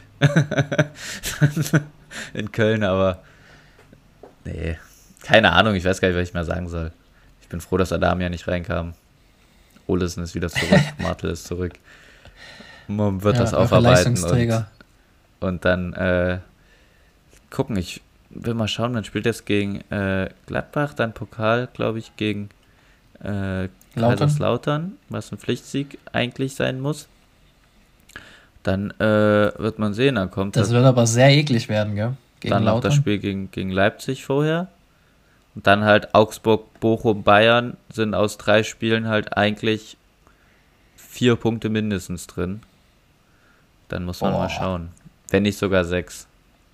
in Köln, aber nee, keine Ahnung, ich weiß gar nicht, was ich mehr sagen soll. Ich bin froh, dass Adam ja nicht reinkam. Olesen ist wieder zurück, Martel ist zurück. Man wird ja, das aufarbeiten und, und dann äh, gucken. Ich will mal schauen, man spielt jetzt gegen äh, Gladbach, dann Pokal, glaube ich, gegen äh, Kaiserslautern, was ein Pflichtsieg eigentlich sein muss. Dann äh, wird man sehen, dann kommt das. Das wird aber sehr eklig werden, gell? Gegen dann noch das Spiel gegen, gegen Leipzig vorher. Und dann halt Augsburg, Bochum, Bayern sind aus drei Spielen halt eigentlich vier Punkte mindestens drin. Dann muss man oh. mal schauen. Wenn nicht sogar sechs.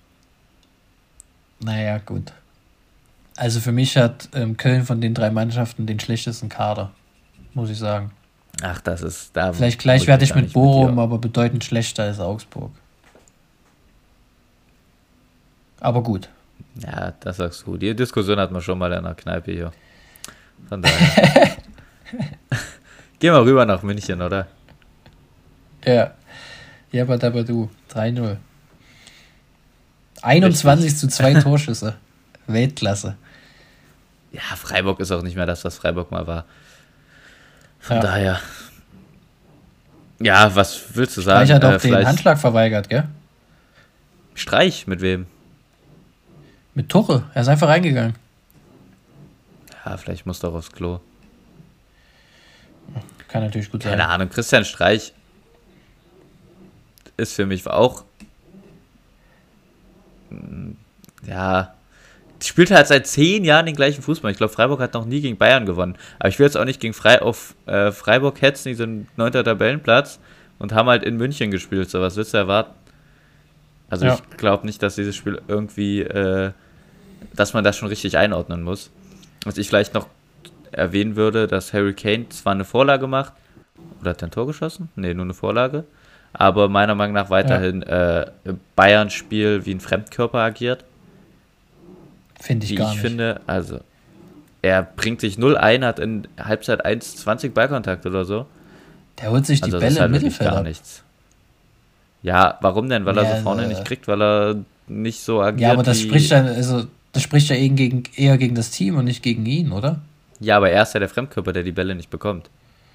Naja, gut. Also für mich hat ähm, Köln von den drei Mannschaften den schlechtesten Kader, muss ich sagen. Ach, das ist da. Vielleicht gleichwertig mit Bochum, aber bedeutend schlechter als Augsburg. Aber gut. Ja, das sagst du. Die Diskussion hat man schon mal in der Kneipe hier. Von daher. Geh mal rüber nach München, oder? Ja. Jabba dabba du. drei null. einundzwanzig Richtig. Zu zwei Torschüsse. Weltklasse. Ja, Freiburg ist auch nicht mehr das, was Freiburg mal war. Von ja. daher. Ja, was willst du sagen? Streich hat auch äh, den Handschlag verweigert, gell? Streich? Mit wem? Mit Tuchel. Er ist einfach reingegangen. Ja, vielleicht muss doch aufs Klo. Kann natürlich gut sein. Keine Ahnung, Christian Streich ist für mich auch ja, spielt halt seit zehn Jahren den gleichen Fußball. Ich glaube, Freiburg hat noch nie gegen Bayern gewonnen. Aber ich will jetzt auch nicht gegen Frei auf äh, Freiburg hetzen, die sind neunter Tabellenplatz und haben halt in München gespielt. So, was willst du erwarten? Also ja. Ich glaube nicht, dass dieses Spiel irgendwie, äh, dass man das schon richtig einordnen muss. Was ich vielleicht noch erwähnen würde, dass Harry Kane zwar eine Vorlage macht, oder hat er ein Tor geschossen? Nee, nur eine Vorlage. Aber meiner Meinung nach weiterhin ja. äh, Bayern-Spiel wie ein Fremdkörper agiert. Finde ich wie gar ich nicht. finde, also er bringt sich null ein, hat in Halbzeit eins zwanzig Ballkontakt oder so. Der holt sich die also Bälle halt im Mittelfeld gar ab. nichts. Ja, warum denn? Weil ja, er so vorne also, nicht kriegt, weil er nicht so agiert. Ja, aber das spricht ja, also das spricht ja eher gegen, eher gegen das Team und nicht gegen ihn, oder? Ja, aber er ist ja der Fremdkörper, der die Bälle nicht bekommt.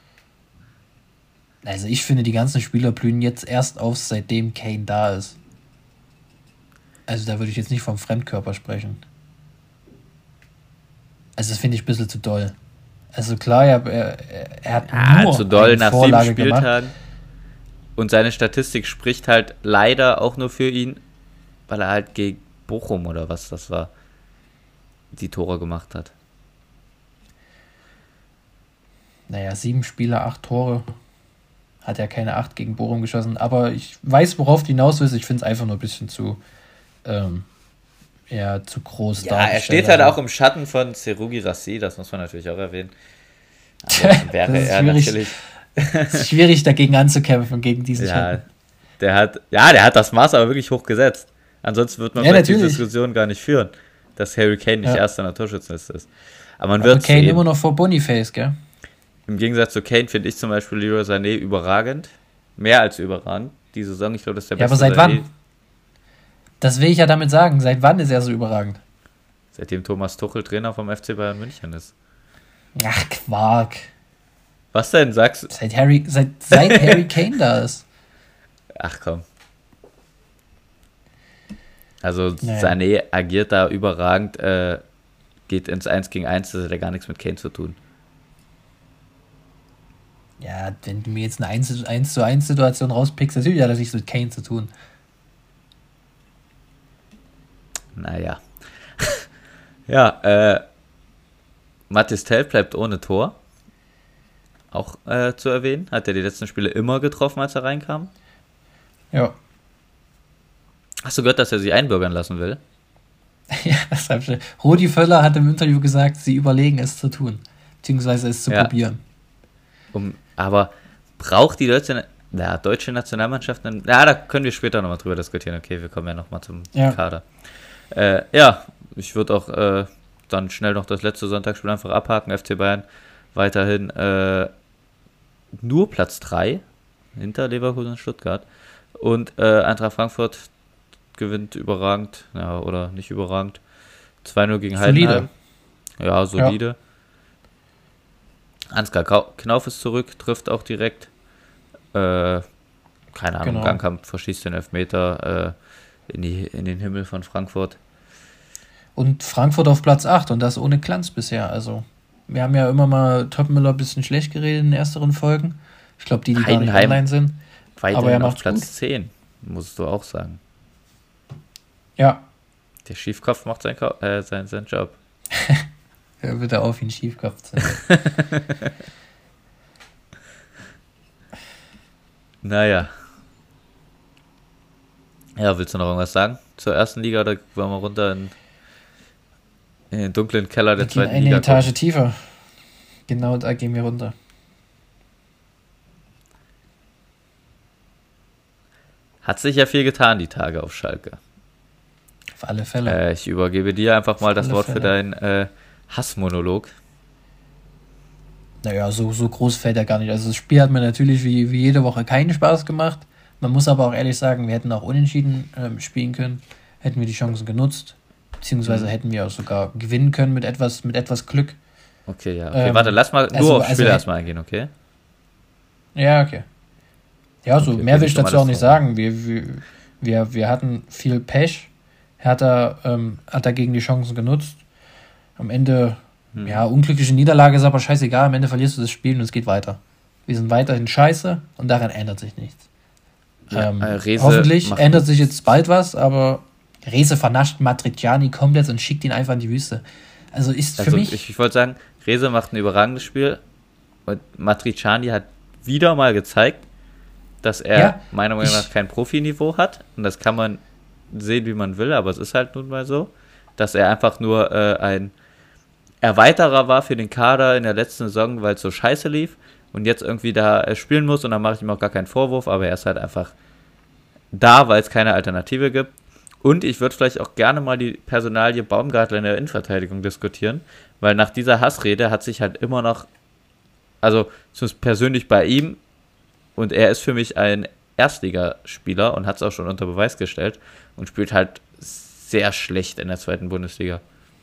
Also ich finde, die ganzen Spieler blühen jetzt erst auf, seitdem Kane da ist. Also da würde ich jetzt nicht vom Fremdkörper sprechen. Also das finde ich ein bisschen zu doll. Also klar, er, er, er hat ja, nur zu doll eine nach Vorlage sieben Spieltagen. Gemacht. Und seine Statistik spricht halt leider auch nur für ihn, weil er halt gegen Bochum oder was das war, die Tore gemacht hat. Naja, sieben Spieler, acht Tore. Hat ja keine acht gegen Bochum geschossen. Aber ich weiß, worauf du hinaus willst. Ich finde es einfach nur ein bisschen zu ähm, ja, zu groß. Ja, er steht halt auch im Schatten von Serugi Rassi, das muss man natürlich auch erwähnen. Aber wäre das ist er schwierig, natürlich es ist schwierig, dagegen anzukämpfen, gegen diesen ja, Schatten. Der hat, ja, der hat das Maß aber wirklich hoch gesetzt. Ansonsten wird man ja, diese Diskussion gar nicht führen, dass Harry Kane nicht ja. erster in der Torschützenliste ist. Aber man aber wird Kane immer noch vor Boniface, gell? Im Gegensatz zu Kane finde ich zum Beispiel Leroy Sané überragend. Mehr als überragend. Die Saison, ich glaube, das ist der ja, beste. Ja, aber seit Sané. Wann? Das will ich ja damit sagen. Seit wann ist er so überragend? Seitdem Thomas Tuchel Trainer vom F C Bayern München ist. Ach, Quark. Was denn, sagst du? Seit Harry, seit, seit Harry Kane da ist. Ach komm. Also naja. Sané agiert da überragend, äh, geht ins eins gegen eins, das hat ja gar nichts mit Kane zu tun. Ja, wenn du mir jetzt eine eins zu eins Situation rauspickst, natürlich hat das nichts mit Kane zu tun. Naja. ja, äh, Mathys Tel bleibt ohne Tor. Auch äh, zu erwähnen. Hat er die letzten Spiele immer getroffen, als er reinkam? Ja. Hast du gehört, dass er sich einbürgern lassen will? ja, das hab ich. Rudi Völler hat im Interview gesagt, sie überlegen es zu tun. Beziehungsweise es zu ja. probieren. Um, aber braucht die deutsche, ja, deutsche Nationalmannschaft einen, ja, da können wir später nochmal drüber diskutieren. Okay, wir kommen ja nochmal zum ja. Kader. Äh, ja, ich würde auch äh, dann schnell noch das letzte Sonntagsspiel einfach abhaken. F C Bayern weiterhin äh, nur Platz drei hinter Leverkusen und Stuttgart. Und äh, Eintracht Frankfurt gewinnt überragend, ja, oder nicht überragend. zwei null gegen Heidenheim. Ja, solide. Ja. Ansgar Knauf ist zurück, trifft auch direkt. Äh, keine Ahnung, genau. Gangkamp verschießt den Elfmeter äh, in, die, in den Himmel von Frankfurt. Und Frankfurt auf Platz acht und das ohne Glanz bisher. Also, wir haben ja immer mal Topmüller ein bisschen schlecht geredet in den ersteren Folgen. Ich glaube, die, die gar nicht online sind. Aber er macht auf Platz gut. zehn, musst du auch sagen. Ja. Der Schiefkopf macht sein, äh, sein, seinen Job. Hör bitte auf, ihn Schiefkopf zu nennen. Naja. Ja, willst du noch irgendwas sagen zur ersten Liga oder wollen wir runter in, in den dunklen Keller der wir zweiten eine Liga? Eine Etage gucken? Tiefer. Genau, da gehen wir runter. Hat sich ja viel getan, die Tage auf Schalke. Auf alle Fälle. Äh, ich übergebe dir einfach auf mal das Wort Fälle. für deinen äh, Hassmonolog. Naja, so, so groß fällt er gar nicht. Also das Spiel hat mir natürlich wie, wie jede Woche keinen Spaß gemacht. Man muss aber auch ehrlich sagen, wir hätten auch unentschieden ähm, spielen können. Hätten wir die Chancen genutzt. Beziehungsweise mhm. hätten wir auch sogar gewinnen können mit etwas, mit etwas Glück. Okay, ja. Okay, ähm, warte, lass mal nur also, aufs Spiel also, erstmal eingehen, okay? Ja, okay. Ja, so okay, mehr will ich dazu auch nicht sagen. Wir, wir, wir, wir hatten viel Pech. Hertha ähm, hat dagegen die Chancen genutzt. Am Ende, hm. ja, unglückliche Niederlage ist aber scheißegal. Am Ende verlierst du das Spiel und es geht weiter. Wir sind weiterhin scheiße und daran ändert sich nichts. Ja, ähm, äh, hoffentlich ändert sich jetzt bald was, aber Rese vernascht Matriciani komplett und schickt ihn einfach in die Wüste. Also ist also für mich... Ich, ich wollte sagen, Rese macht ein überragendes Spiel und Matriciani hat wieder mal gezeigt, dass er ja, meiner Meinung nach kein Profiniveau hat und das kann man sehen, wie man will, aber es ist halt nun mal so, dass er einfach nur äh, ein Erweiterer war für den Kader in der letzten Saison, weil es so scheiße lief und jetzt irgendwie da äh, spielen muss und dann mache ich ihm auch gar keinen Vorwurf, aber er ist halt einfach da, weil es keine Alternative gibt. Und ich würde vielleicht auch gerne mal die Personalie Baumgartler in der Innenverteidigung diskutieren, weil nach dieser Hassrede hat sich halt immer noch, also zumindest persönlich bei ihm, und er ist für mich ein Erstligaspieler und hat es auch schon unter Beweis gestellt und spielt halt sehr schlecht in der zweiten Bundesliga.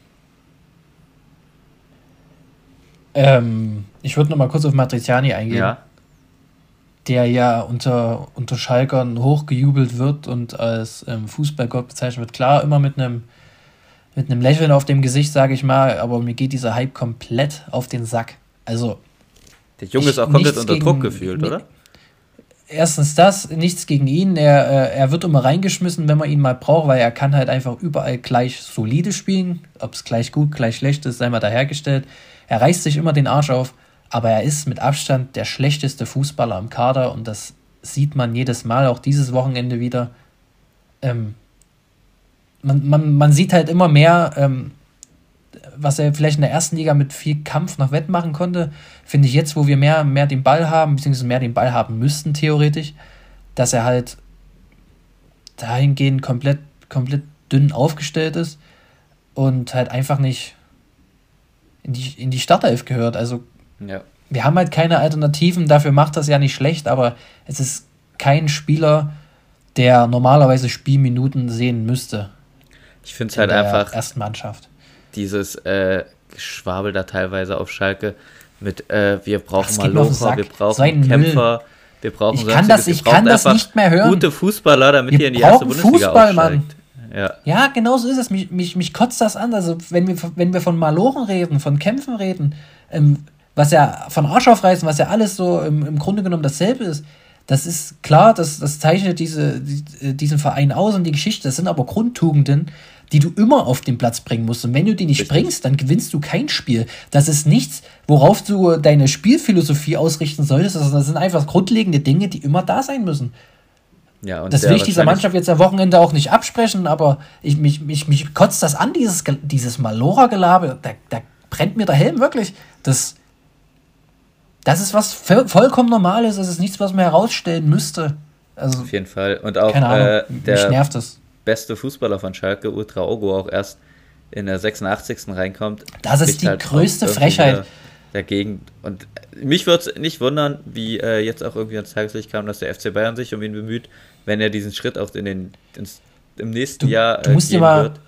Ähm, ich würde noch mal kurz auf Matriciani eingehen, ja. der ja unter, unter Schalkern hochgejubelt wird und als ähm, Fußballgott bezeichnet wird. Klar, immer mit einem mit einem Lächeln auf dem Gesicht, sage ich mal, aber mir geht dieser Hype komplett auf den Sack. Also der Junge ist auch komplett unter Druck gefühlt, oder? Erstens das, nichts gegen ihn. Er, er wird immer reingeschmissen, wenn man ihn mal braucht, weil er kann halt einfach überall gleich solide spielen. Ob es gleich gut, gleich schlecht ist, sei mal dahergestellt. Er reißt sich immer den Arsch auf, aber er ist mit Abstand der schlechteste Fußballer im Kader und das sieht man jedes Mal, auch dieses Wochenende wieder. Ähm, man, man, man sieht halt immer mehr, ähm, was er vielleicht in der ersten Liga mit viel Kampf noch wettmachen konnte, finde ich jetzt, wo wir mehr, mehr den Ball haben, beziehungsweise mehr den Ball haben müssten, theoretisch, dass er halt dahingehend komplett, komplett dünn aufgestellt ist und halt einfach nicht in die, in die Startelf gehört. Also ja. Wir haben halt keine Alternativen, dafür macht das ja nicht schlecht, aber es ist kein Spieler, der normalerweise Spielminuten sehen müsste. Ich finde es halt einfach ersten Mannschaft. Dieses äh, Geschwabel da teilweise auf Schalke mit äh, wir brauchen Malocha, wir brauchen so Kämpfer, Müll. wir brauchen ich kann das, ich kann das nicht mehr hören. Gute Fußballer, damit wir ihr in die erste Bundesliga Fußball, aufsteigt. Ja, ja, genau so ist es. Mich, mich, mich kotzt das an. Also wenn wir, wenn wir von Malochen reden, von Kämpfen reden, ähm, was ja von Arsch aufreißen, was ja alles so im, im Grunde genommen dasselbe ist, das ist klar, das, das zeichnet diese, die, diesen Verein aus und die Geschichte. Das sind aber Grundtugenden, die du immer auf den Platz bringen musst. Und wenn du die nicht Richtig. bringst, dann gewinnst du kein Spiel. Das ist nichts, worauf du deine Spielphilosophie ausrichten solltest. Das sind einfach grundlegende Dinge, die immer da sein müssen. Ja, und Das der will ich dieser wahrscheinlich- Mannschaft jetzt am Wochenende auch nicht absprechen, aber ich, mich, mich, mich kotzt das an, dieses, Ge- dieses Malora-Gelaber. Da, da brennt mir der Helm wirklich. Das, das ist was vo- vollkommen Normales. Das ist nichts, was man herausstellen müsste. Also, Auf jeden Fall. Und auch keine Ahnung, äh, mich der nervt das. beste Fußballer von Schalke, Ouedraogo, auch erst in der sechsundachtzigsten reinkommt. Das ist spricht die halt auch größte irgendwie Frechheit. wieder Dagegen. Und mich würde es nicht wundern, wie äh, jetzt auch irgendwie ans Tageslicht kam, dass der F C Bayern sich um ihn bemüht, wenn er diesen Schritt auch in den, ins, im nächsten Du- Jahr du äh, musst dir gehen mal- wird.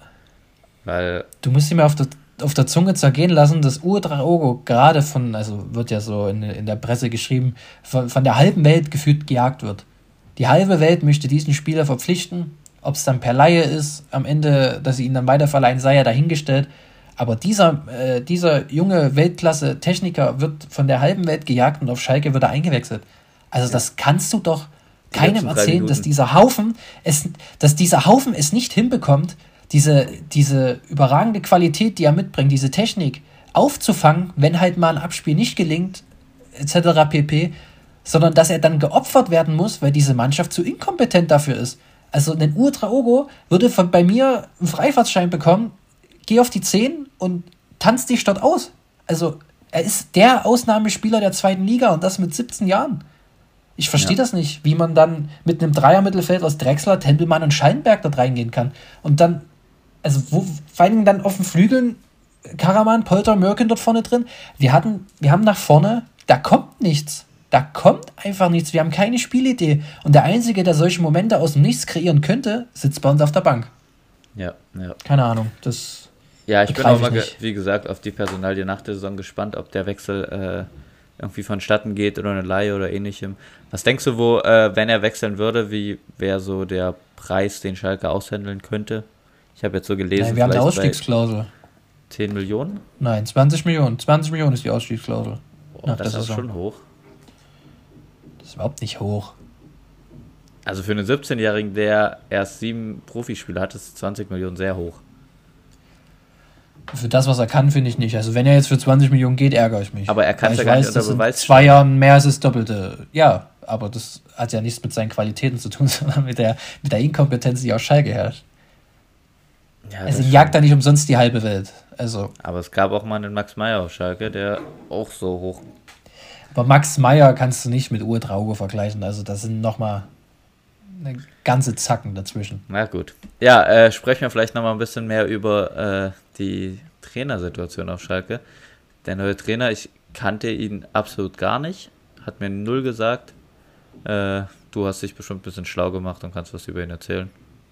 Weil, Du musst dir mal auf der, auf der Zunge zergehen lassen, dass Ouedraogo gerade von, also wird ja so in, in der Presse geschrieben, von, von der halben Welt gefühlt gejagt wird. Die halbe Welt möchte diesen Spieler verpflichten. Ob es dann per Laie ist, am Ende, dass sie ihn dann weiterverleihen, sei ja dahingestellt. Aber dieser, äh, dieser junge Weltklasse-Techniker wird von der halben Welt gejagt und auf Schalke wird er eingewechselt. Also das kannst du doch Die keinem letzten drei erzählen, dass Minuten. dieser Haufen es, dass dieser Haufen es nicht hinbekommt, diese, diese überragende Qualität, die er mitbringt, diese Technik aufzufangen, wenn halt mal ein Abspiel nicht gelingt, et cetera pp., sondern dass er dann geopfert werden muss, weil diese Mannschaft zu inkompetent dafür ist. Also ein Ouedraogo würde von, bei mir einen Freifahrtschein bekommen, geh auf die zehn und tanz dich dort aus. Also er ist der Ausnahmespieler der zweiten Liga und das mit siebzehn Jahren. Ich verstehe Ja. das nicht, wie man dann mit einem Dreier-Mittelfeld aus Drexler, Tempelmann und Schallenberg dort reingehen kann. Und dann, also wo, vor allen Dingen dann auf den Flügeln, Karaman, Polter, Mörken dort vorne drin. Wir hatten, wir haben nach vorne, da kommt nichts. Da kommt einfach nichts. Wir haben keine Spielidee. Und der Einzige, der solche Momente aus dem Nichts kreieren könnte, sitzt bei uns auf der Bank. ja, ja. Keine Ahnung. Das Ja, ich bin Begreif auch mal, ich ge- nicht. wie gesagt, auf die Personalie nach der Saison gespannt, ob der Wechsel äh, irgendwie vonstatten geht oder eine Leihe oder ähnlichem. Was denkst du, wo, äh, wenn er wechseln würde, wie wäre so der Preis, den Schalke aushandeln könnte? Ich habe jetzt so gelesen, Nein, wir haben eine vielleicht bei Ausstiegsklausel. zehn Millionen? Nein, zwanzig Millionen. zwanzig Millionen ist die Ausstiegsklausel. Boah, Nach das der ist Saison. schon hoch. Das ist überhaupt nicht hoch. Also für einen siebzehnjährigen, der erst sieben Profispiele hat, ist zwanzig Millionen sehr hoch. Für das, was er kann, finde ich nicht. Also wenn er jetzt für zwanzig Millionen geht, ärgere ich mich. Aber er kann's Weil ja ich gar nicht weiß, unter das in Beweis zwei stellen. Jahren mehr als das Doppelte. Ja, aber das hat ja nichts mit seinen Qualitäten zu tun, sondern mit der, mit der Inkompetenz, die auf Schalke herrscht. Ja, Also das die jagt stimmt. da nicht umsonst die halbe Welt. Also, Aber es gab auch mal einen Max Meyer auf Schalke, der auch so hoch. aber Max Meyer kannst du nicht mit Ouedraogo vergleichen. Also da sind nochmal eine ganze Zacken dazwischen. Na gut. Ja, äh, sprechen wir vielleicht nochmal ein bisschen mehr über äh, die Trainersituation auf Schalke. Der neue Trainer, ich kannte ihn absolut gar nicht, hat mir null gesagt. Äh, du hast dich bestimmt ein bisschen schlau gemacht und kannst was über ihn erzählen.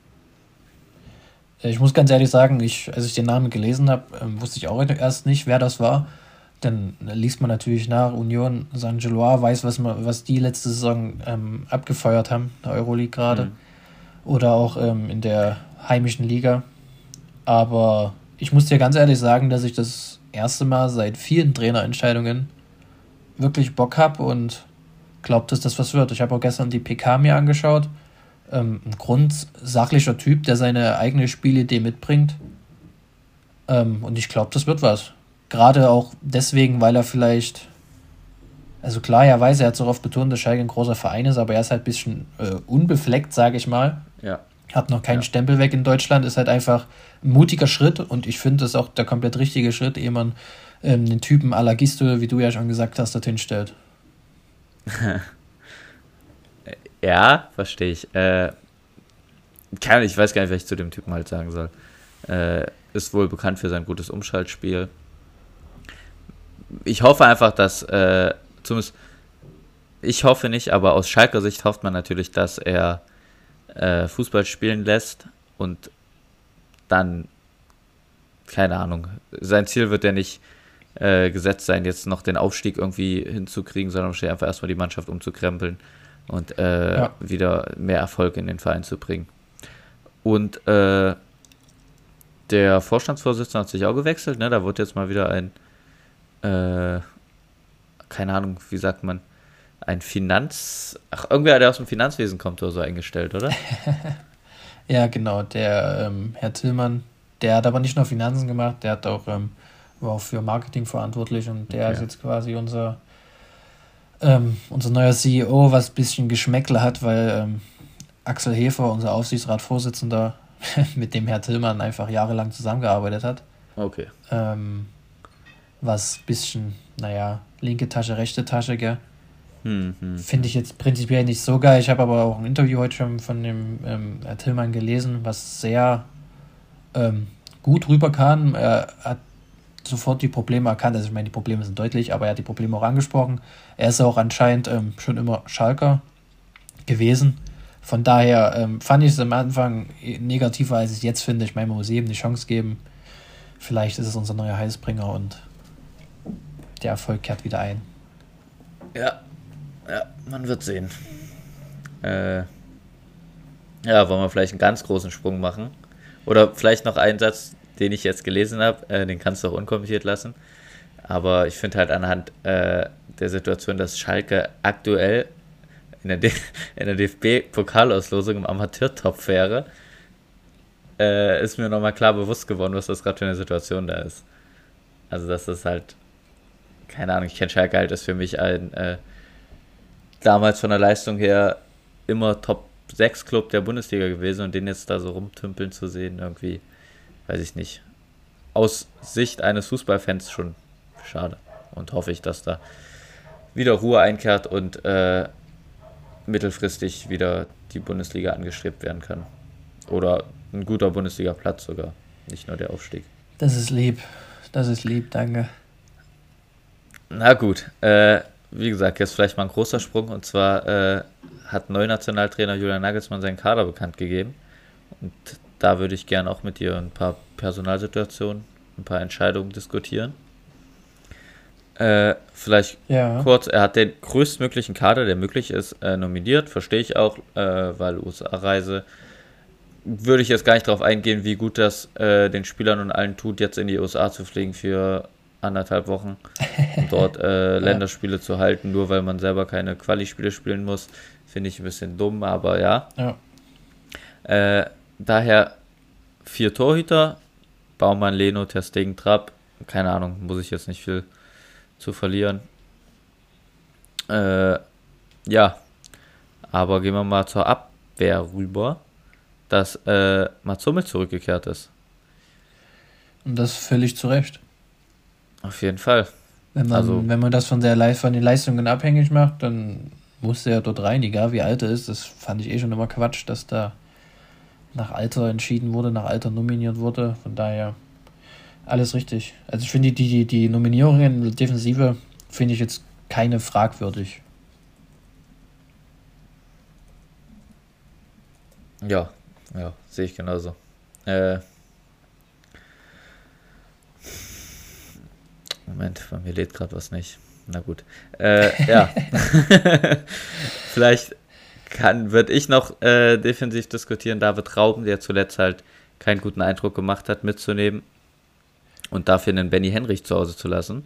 Ich muss ganz ehrlich sagen, ich, als ich den Namen gelesen habe, ähm, wusste ich auch erst nicht, wer das war. Dann liest man natürlich nach, Union Saint-Gilloise weiß, was, man, was die letzte Saison ähm, abgefeuert haben, der Euroleague gerade. Mhm. Oder auch ähm, in der heimischen Liga. Aber ich muss dir ganz ehrlich sagen, dass ich das erste Mal seit vielen Trainerentscheidungen wirklich Bock habe und glaube, dass das was wird. Ich habe auch gestern die P K mir angeschaut. Ähm, ein grundsachlicher Typ, der seine eigene Spielidee mitbringt. Ähm, und ich glaube, das wird was. Gerade auch deswegen, weil er vielleicht, also klar, er weiß, er hat so oft betont, dass Schalke ein großer Verein ist, aber er ist halt ein bisschen äh, unbefleckt, sage ich mal. Ja. Hat noch keinen Ja. Stempel weg in Deutschland, ist halt einfach ein mutiger Schritt und ich finde, das ist auch der komplett richtige Schritt, ehe man ähm, den Typen à la Gisto, wie du ja schon gesagt hast, dorthin stellt. Ja, verstehe ich. Äh, kann, ich weiß gar nicht, was ich zu dem Typen halt sagen soll. Äh, ist wohl bekannt für sein gutes Umschaltspiel. Ich hoffe einfach, dass, äh, zumindest, ich hoffe nicht, aber aus Schalker Sicht hofft man natürlich, dass er äh, Fußball spielen lässt und dann, keine Ahnung, sein Ziel wird ja nicht äh, gesetzt sein, jetzt noch den Aufstieg irgendwie hinzukriegen, sondern steht einfach erstmal die Mannschaft umzukrempeln und äh, Ja. wieder mehr Erfolg in den Verein zu bringen. Und äh, der Vorstandsvorsitzende hat sich auch gewechselt, ne? Da wurde jetzt mal wieder ein äh, keine Ahnung, wie sagt man, ein Finanz... Ach, irgendwer, der aus dem Finanzwesen kommt oder so eingestellt, oder? Ja, genau, der ähm, Herr Tillmann, der hat aber nicht nur Finanzen gemacht, der hat auch, ähm, war auch für Marketing verantwortlich und der Okay. ist jetzt quasi unser, ähm, unser neuer C E O, was ein bisschen Geschmäckle hat, weil ähm, Axel Hefer, unser Aufsichtsratsvorsitzender, mit dem Herr Tillmann einfach jahrelang zusammengearbeitet hat. Okay. Ähm, was ein bisschen, naja, linke Tasche, rechte Tasche, gell? Hm, hm. Finde ich jetzt prinzipiell nicht so geil. Ich habe aber auch ein Interview heute schon von dem ähm, Herr Tillmann gelesen, was sehr ähm, gut rüberkam. Er hat sofort die Probleme erkannt. Also ich meine, die Probleme sind deutlich, aber er hat die Probleme auch angesprochen. Er ist auch anscheinend ähm, schon immer Schalker gewesen. Von daher ähm, fand ich es am Anfang negativer, als ich es jetzt finde. Ich meine, man muss jedem die Chance geben. Vielleicht ist es unser neuer Heilsbringer und der Erfolg kehrt wieder ein. Ja, ja, man wird sehen. Äh, ja, wollen wir vielleicht einen ganz großen Sprung machen? Oder vielleicht noch einen Satz, den ich jetzt gelesen habe, äh, den kannst du auch unkommentiert lassen. Aber ich finde halt anhand äh, der Situation, dass Schalke aktuell in der, D- in der D F B-Pokalauslosung im Amateurtopf wäre, äh, ist mir nochmal klar bewusst geworden, was das gerade für eine Situation da ist. Also dass das halt, keine Ahnung, ich kenne Schalke halt, ist für mich ein äh, damals von der Leistung her immer Top sechs Club der Bundesliga gewesen und den jetzt da so rumtümpeln zu sehen, irgendwie, weiß ich nicht. Aus Sicht eines Fußballfans schon schade. Und hoffe ich, dass da wieder Ruhe einkehrt und äh, mittelfristig wieder die Bundesliga angestrebt werden kann. Oder ein guter Bundesliga-Platz sogar, nicht nur der Aufstieg. Das ist lieb. Das ist lieb, danke. Na gut, äh, wie gesagt, jetzt vielleicht mal ein großer Sprung. Und zwar äh, hat Neunationaltrainer Julian Nagelsmann seinen Kader bekannt gegeben. Und da würde ich gerne auch mit dir ein paar Personalsituationen, ein paar Entscheidungen diskutieren. Äh, vielleicht Ja. kurz, er hat den größtmöglichen Kader, der möglich ist, äh, nominiert. Verstehe ich auch, äh, weil U S A-Reise. Würde ich jetzt gar nicht darauf eingehen, wie gut das äh, den Spielern und allen tut, jetzt in die U S A zu fliegen für anderthalb Wochen, um dort äh, Länderspiele zu halten, nur weil man selber keine Quali-Spiele spielen muss. Finde ich ein bisschen dumm, aber ja. Ja. Äh, daher vier Torhüter, Baumann, Leno, Ter Stegen, Trapp. Keine Ahnung, muss ich jetzt nicht viel zu verlieren. Äh, ja, aber gehen wir mal zur Abwehr rüber, dass äh, Mats Hummels zurückgekehrt ist. Und das völlig zu Recht. Auf jeden Fall. Wenn man, Also- wenn man das von, der, Leis- von den Leistungen abhängig macht, dann muss er dort rein, egal wie alt er ist. Das fand ich eh schon immer Quatsch, dass da nach Alter entschieden wurde, nach Alter nominiert wurde. Von daher alles richtig. Also ich finde die, die, die Nominierungen in der Defensive finde ich jetzt keine fragwürdig. Ja, ja, sehe ich genauso. Äh, Moment, bei mir lädt gerade was nicht. Na gut. Äh, ja. Vielleicht kann, würde ich noch äh, defensiv diskutieren, David Raum, der zuletzt halt keinen guten Eindruck gemacht hat, mitzunehmen und dafür einen Benny Henrich zu Hause zu lassen.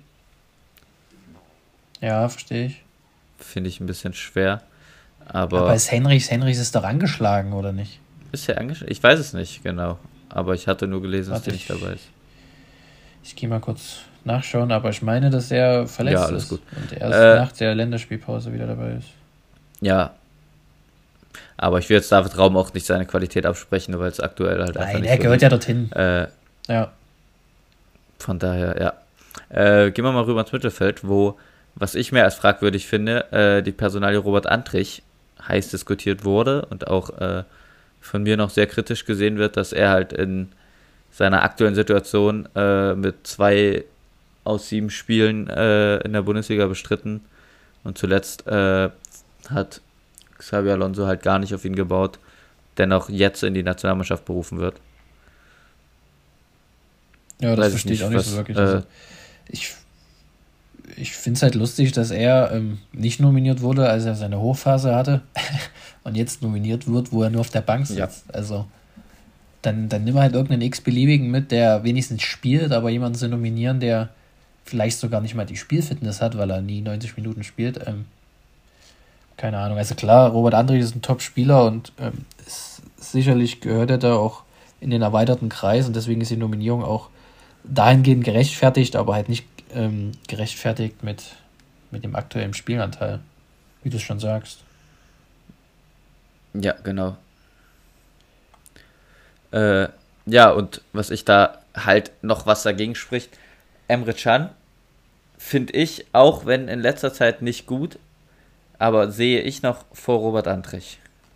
Ja, verstehe ich. Finde ich ein bisschen schwer. Aber, Aber ist Henrichs, Henrichs ist doch angeschlagen, oder nicht? ist er angeschlagen? Ich weiß es nicht genau. Aber ich hatte nur gelesen, dass Warte, der nicht ich- dabei ist. Ich gehe mal kurz nachschauen, aber ich meine, dass er verletzt Ja, alles ist. gut. Und erst Äh, nach der Länderspielpause wieder dabei ist. Ja. Aber ich will jetzt David Raum auch nicht seine Qualität absprechen, nur weil es aktuell halt einfach Nein, nicht er so gehört ist. ja dorthin. Äh, Ja. Von daher, ja. Äh, gehen wir mal rüber ins Mittelfeld, wo, was ich mehr als fragwürdig finde, äh, die Personalie Robert Andrich heiß diskutiert wurde und auch äh, von mir noch sehr kritisch gesehen wird, dass er halt in seiner aktuellen Situation äh, mit zwei aus sieben Spielen äh, in der Bundesliga bestritten und zuletzt äh, hat Xabi Alonso halt gar nicht auf ihn gebaut, dennoch jetzt in die Nationalmannschaft berufen wird. Ja, das Weiß ich verstehe ich nicht, auch nicht was, so wirklich. äh, Also, ich ich finde es halt lustig, dass er ähm, nicht nominiert wurde, als er seine Hochphase hatte und jetzt nominiert wird, wo er nur auf der Bank sitzt. Ja. Also dann, dann nimm halt irgendeinen x-beliebigen mit, der wenigstens spielt, aber jemanden zu nominieren, der vielleicht sogar nicht mal die Spielfitness hat, weil er nie neunzig Minuten spielt. Ähm, keine Ahnung. Also klar, Robert Andrich ist ein Top-Spieler und ähm, ist, sicherlich gehört er da auch in den erweiterten Kreis und deswegen ist die Nominierung auch dahingehend gerechtfertigt, aber halt nicht ähm, gerechtfertigt mit, mit dem aktuellen Spielanteil, wie du es schon sagst. Ja, genau. Äh, ja, und was ich da halt noch was dagegen spricht, Emre Can finde ich, auch wenn in letzter Zeit nicht gut, aber sehe ich noch vor Robert Andrich.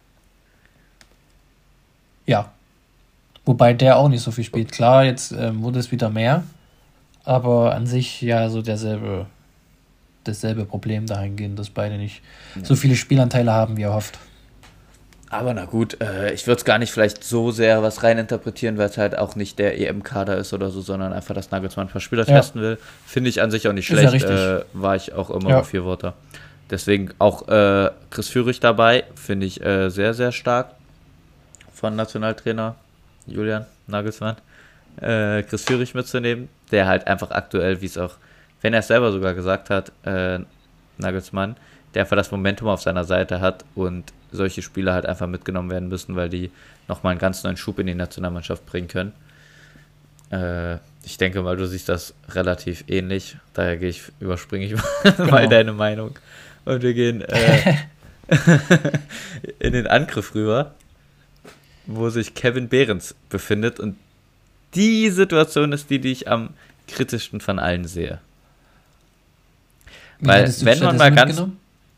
Ja, wobei der auch nicht so viel spielt. Klar, jetzt ähm, wurde es wieder mehr, aber an sich ja so derselbe, dasselbe Problem dahingehend, dass beide nicht Ja. so viele Spielanteile haben, wie er hofft. Aber na gut, äh, ich würde es gar nicht vielleicht so sehr was reininterpretieren, weil es halt auch nicht der E M-Kader ist oder so, sondern einfach, dass Nagelsmann ein paar Spieler Ja. testen will. Finde ich an sich auch nicht Ist ja schlecht, richtig. äh, war ich auch immer Ja. Befürworter. Deswegen auch äh, Chris Führig dabei, finde ich äh, sehr, sehr stark von Nationaltrainer Julian Nagelsmann, äh, Chris Führig mitzunehmen, der halt einfach aktuell, wie es auch, wenn er es selber sogar gesagt hat, äh, Nagelsmann, der einfach das Momentum auf seiner Seite hat und solche Spieler halt einfach mitgenommen werden müssen, weil die nochmal einen ganz neuen Schub in die Nationalmannschaft bringen können. Äh, ich denke mal, du siehst das relativ ähnlich, daher gehe ich, überspringe ich Genau. mal deine Meinung und wir gehen äh, in den Angriff rüber, wo sich Kevin Behrens befindet und die Situation ist die, die ich am kritischsten von allen sehe. Wie Weil, hättest du wenn man stattdessen mal ganz- mitgenommen?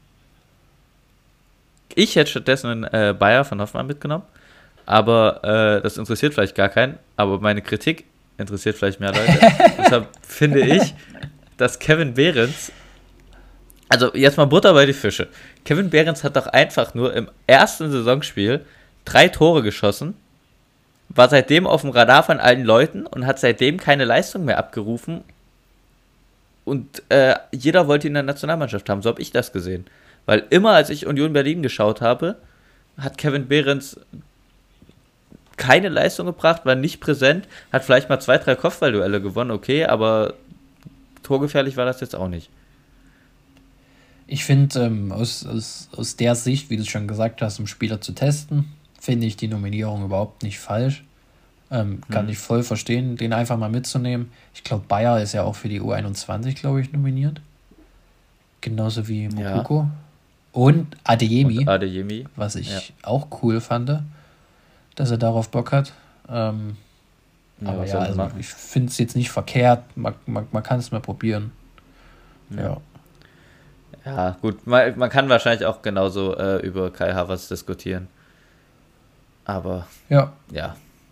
Ich hätte stattdessen einen äh, Bayer von Hoffmann mitgenommen, aber äh, das interessiert vielleicht gar keinen, aber meine Kritik interessiert vielleicht mehr Leute. Deshalb finde ich, dass Kevin Behrens, also jetzt mal Butter bei die Fische, Kevin Behrens hat doch einfach nur im ersten Saisonspiel drei Tore geschossen, war seitdem auf dem Radar von allen Leuten und hat seitdem keine Leistung mehr abgerufen und äh, jeder wollte ihn in der Nationalmannschaft haben, so habe ich das gesehen. Weil immer, als ich Union Berlin geschaut habe, hat Kevin Behrens keine Leistung gebracht, war nicht präsent, hat vielleicht mal zwei, drei Kopfballduelle gewonnen, okay, aber torgefährlich war das jetzt auch nicht. Ich finde, ähm, aus, aus, aus der Sicht, wie du es schon gesagt hast, um Spieler zu testen, finde ich die Nominierung überhaupt nicht falsch. Ähm, kann Hm. ich voll verstehen, den einfach mal mitzunehmen. Ich glaube, Bayer ist ja auch für die U einundzwanzig, glaube ich, nominiert. Genauso wie Ja. Mokuko. Und Adeyemi, Und Adeyemi. was ich Ja. auch cool fand, dass er darauf Bock hat. Ähm, Ja, aber was ja, soll man also machen? ich finde es jetzt nicht verkehrt. Man, man, man kann es mal probieren. Ja. Ja, gut, man, man kann wahrscheinlich auch genauso äh, über Kai Havertz diskutieren. Aber Ja. ja.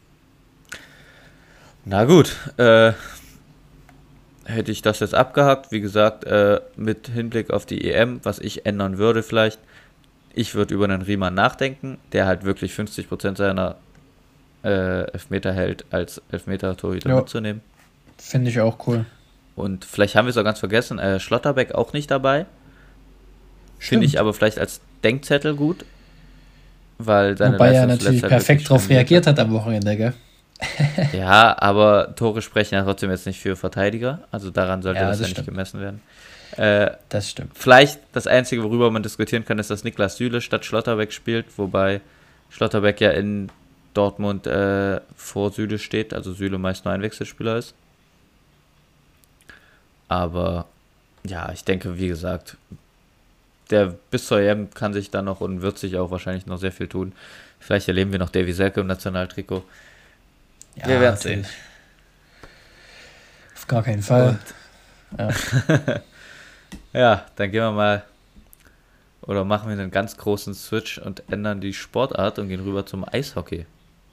Na gut, äh, hätte ich das jetzt abgehakt, wie gesagt, äh, mit Hinblick auf die E M, was ich ändern würde vielleicht, ich würde über einen Riemann nachdenken, der halt wirklich fünfzig Prozent seiner äh, Elfmeter hält, als Elfmeter-Torhüter Ja. mitzunehmen. Finde ich auch cool. Und vielleicht haben wir es auch ganz vergessen, äh, Schlotterbeck auch nicht dabei. Finde ich Stimmt. aber vielleicht als Denkzettel gut, weil seine Wobei er Leistung natürlich zuletzt halt perfekt wirklich darauf stagniert reagiert hat am Wochenende, gell? Ja, aber Tore sprechen ja trotzdem jetzt nicht für Verteidiger. Also daran sollte Ja, das, das ja nicht stimmt. gemessen werden. Äh, Das stimmt. vielleicht das Einzige, worüber man diskutieren kann, ist, dass Niklas Süle statt Schlotterbeck spielt, wobei Schlotterbeck ja in Dortmund äh, vor Süle steht, also Süle meist nur ein Wechselspieler ist. Aber ja, ich denke, wie gesagt, der bis zur E M kann sich dann noch und wird sich auch wahrscheinlich noch sehr viel tun. Vielleicht erleben wir noch Davy Selke im Nationaltrikot. Ja, Wir werden's natürlich. Auf gar keinen Fall. Ja. Ja, dann gehen wir mal oder machen wir einen ganz großen Switch und ändern die Sportart und gehen rüber zum Eishockey.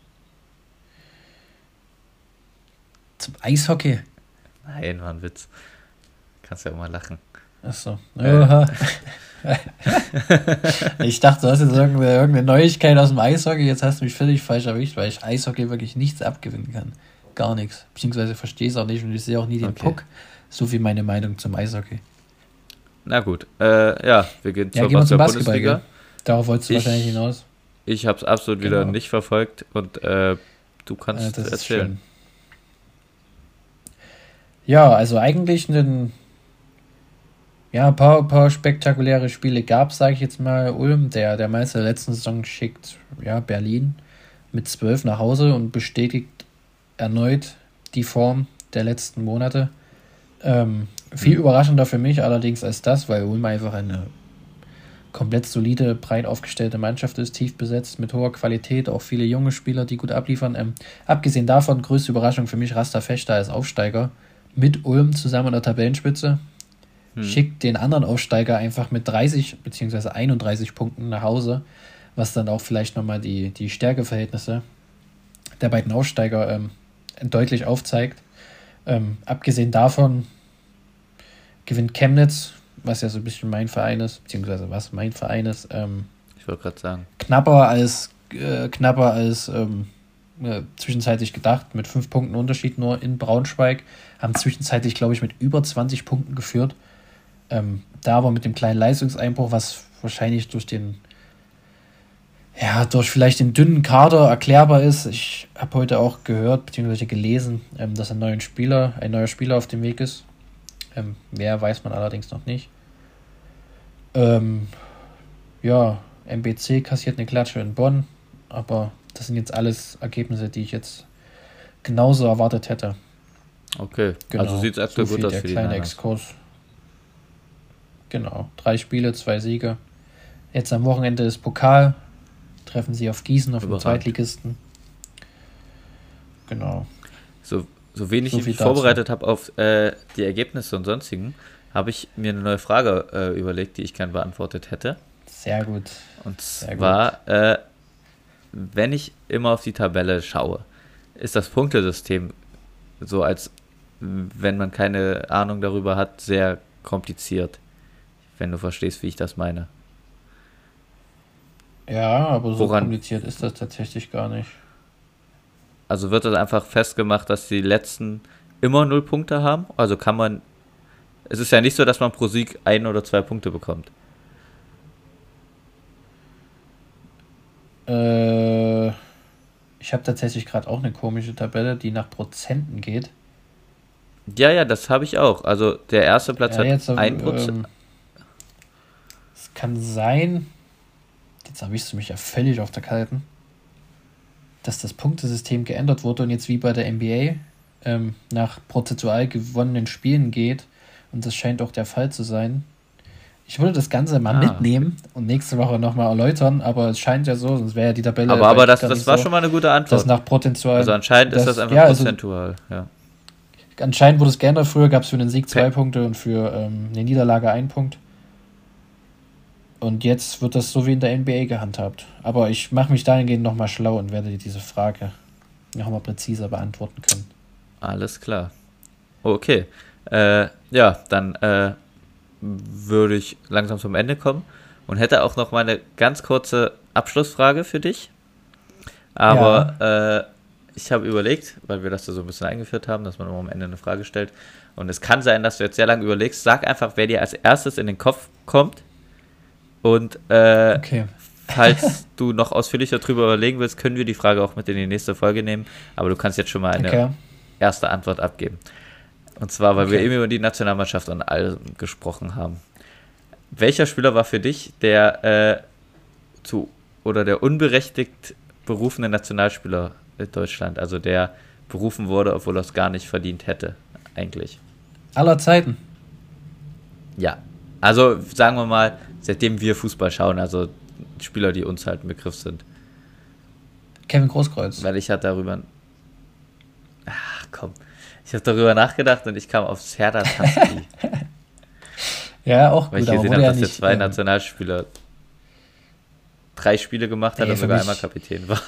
Zum Eishockey. Nein, war ein Witz. Kannst ja auch mal lachen. Achso. Oha. Ich dachte, du hast jetzt irgendeine, irgendeine Neuigkeit aus dem Eishockey. Jetzt hast du mich völlig falsch erwischt, weil ich Eishockey wirklich nichts abgewinnen kann. Gar nichts. Beziehungsweise verstehe es auch nicht und ich sehe auch nie den Okay. Puck. So viel meine Meinung zum Eishockey. Na gut, äh, ja, wir gehen Ja, zur gehen wir zum Basketball, Bundesliga. gell? Darauf wolltest du Ich- wahrscheinlich hinaus. Ich habe es absolut wieder Genau. nicht verfolgt und äh, du kannst Äh, das ist erzählen. schön. Ja, also eigentlich ein ja, ein paar, paar spektakuläre Spiele gab es, sage ich jetzt mal. Ulm, der, der Meister der letzten Saison, schickt ja, Berlin mit zwölf nach Hause und bestätigt erneut die Form der letzten Monate. Ähm, viel Hm. überraschender für mich allerdings als das, weil Ulm einfach eine komplett solide, breit aufgestellte Mannschaft ist, tief besetzt, mit hoher Qualität, auch viele junge Spieler, die gut abliefern. Ähm, abgesehen davon, größte Überraschung für mich, Rasta Fechter als Aufsteiger mit Ulm zusammen an der Tabellenspitze. Hm. Schickt den anderen Aufsteiger einfach mit dreißig bzw. einunddreißig Punkten nach Hause, was dann auch vielleicht nochmal die, die Stärkeverhältnisse der beiden Aufsteiger ähm, deutlich aufzeigt. Ähm, abgesehen davon gewinnt Chemnitz, was ja so ein bisschen mein Verein ist, beziehungsweise was mein Verein ist, ähm, Ich wollte gerade sagen. knapper als, äh, knapper als ähm, äh, zwischenzeitlich gedacht, mit fünf Punkten Unterschied nur in Braunschweig, haben zwischenzeitlich, glaube ich, mit über zwanzig Punkten geführt. Ähm, da aber mit dem kleinen Leistungseinbruch, was wahrscheinlich durch den, ja, durch vielleicht den dünnen Kader erklärbar ist. Ich habe heute auch gehört, beziehungsweise gelesen, ähm, dass ein neuer Spieler, ein neuer Spieler auf dem Weg ist. Ähm, wer weiß man allerdings noch nicht. Ähm, ja, M B C kassiert eine Klatsche in Bonn, aber das sind jetzt alles Ergebnisse, die ich jetzt genauso erwartet hätte. Okay, Genau, also sieht es aktuell so gut viel aus der für die kleine Niners. Exkurs. Genau, drei Spiele, zwei Siege. Jetzt am Wochenende ist Pokal, treffen sie auf Gießen, auf dem Überragend. Zweitligisten. Genau. So, so wenig So ich viel mich dazu. vorbereitet habe auf äh, die Ergebnisse und sonstigen, habe ich mir eine neue Frage äh, überlegt, die ich gern beantwortet hätte. Sehr gut. Und Sehr zwar, äh, wenn ich immer auf die Tabelle schaue, ist das Punktesystem so, als wenn man keine Ahnung darüber hat, sehr kompliziert. Wenn du verstehst, wie ich das meine. Ja, aber so Woran- kompliziert ist das tatsächlich gar nicht. Also wird das einfach festgemacht, dass die letzten immer null Punkte haben? Also kann man. Es ist ja nicht so, dass man pro Sieg ein oder zwei Punkte bekommt. Äh, ich habe tatsächlich gerade auch eine komische Tabelle, die nach Prozenten geht. Ja, ja, das habe ich auch. Also der erste Platz Ja, jetzt, hat ähm, ein Prozent. Es kann sein, jetzt habe ich es mich ja völlig auf der Kalten, dass das Punktesystem geändert wurde und jetzt wie bei der N B A ähm, nach prozentual gewonnenen Spielen geht. Und das scheint auch der Fall zu sein. Ich würde das Ganze mal Ah. mitnehmen und nächste Woche nochmal erläutern, aber es scheint ja so, sonst wäre ja die Tabelle. aber bei aber das, Kicker das nicht war so, schon mal eine gute dass Antwort. nach prozentual. Also anscheinend ist das- das einfach ja, also- prozentual. Ja. Anscheinend wurde es geändert. Früher gab es für einen Sieg zwei Okay. Punkte und für ähm, eine Niederlage ein Punkt. Und jetzt wird das so wie in der N B A gehandhabt. Aber ich mache mich dahingehend nochmal schlau und werde dir diese Frage nochmal präziser beantworten können. Alles klar. Okay. Äh, ja, dann äh, würde ich langsam zum Ende kommen und hätte auch noch mal eine ganz kurze Abschlussfrage für dich. Aber äh, ich habe überlegt, weil wir das da so ein bisschen eingeführt haben, dass man immer am Ende eine Frage stellt. Und es kann sein, dass du jetzt sehr lange überlegst. Sag einfach, wer dir als erstes in den Kopf kommt. Und äh, Okay. falls du noch ausführlicher drüber überlegen willst, können wir die Frage auch mit in die nächste Folge nehmen. Aber du kannst jetzt schon mal eine Okay. erste Antwort abgeben. Und zwar, weil wir Okay. eben über die Nationalmannschaft und allem gesprochen haben. Welcher Spieler war für dich der äh, zu oder der unberechtigt berufene Nationalspieler in Deutschland? Also der berufen wurde, obwohl er es gar nicht verdient hätte, eigentlich. Aller Zeiten. Ja. Also sagen wir mal, seitdem wir Fußball schauen, also Spieler, die uns halt ein Begriff sind. Kevin Großkreuz. Weil ich hatte darüber. Ach komm. Ich habe darüber nachgedacht und ich kam auf Serdar Taski. Ja, auch Weil gut, ich aber gesehen wurde habe, ja dass der nicht. zwei ähm, Nationalspieler drei Spiele gemacht hat Nee, und für sogar mich- einmal Kapitän war.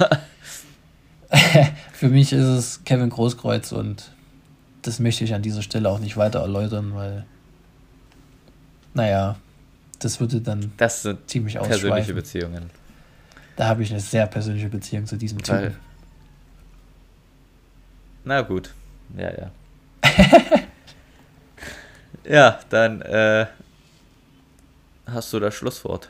Für mich ist es Kevin Großkreuz und das möchte ich an dieser Stelle auch nicht weiter erläutern, weil, naja, das würde dann Das sind ziemlich persönliche ausschweifen. Beziehungen. Da habe ich eine sehr persönliche Beziehung zu diesem Weil- Typen. Na gut. Ja, ja. Ja, dann äh, hast du das Schlusswort.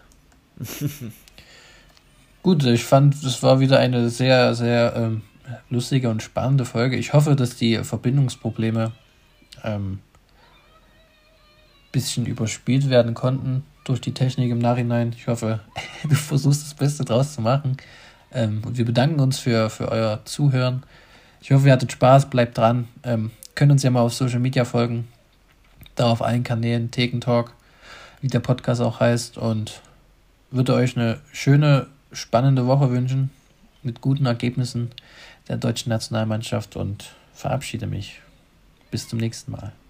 Gut, ich fand, es war wieder eine sehr, sehr ähm, lustige und spannende Folge. Ich hoffe, dass die Verbindungsprobleme ähm, bisschen überspielt werden konnten durch die Technik im Nachhinein. Ich hoffe, du versuchst das Beste draus zu machen. Ähm, und wir bedanken uns für, für euer Zuhören. Ich hoffe, ihr hattet Spaß, bleibt dran. Ähm, könnt uns ja mal auf Social Media folgen. Da auf allen Kanälen, Thekentalk, wie der Podcast auch heißt. Und würde euch eine schöne, spannende Woche wünschen. Mit guten Ergebnissen der deutschen Nationalmannschaft und verabschiede mich. Bis zum nächsten Mal.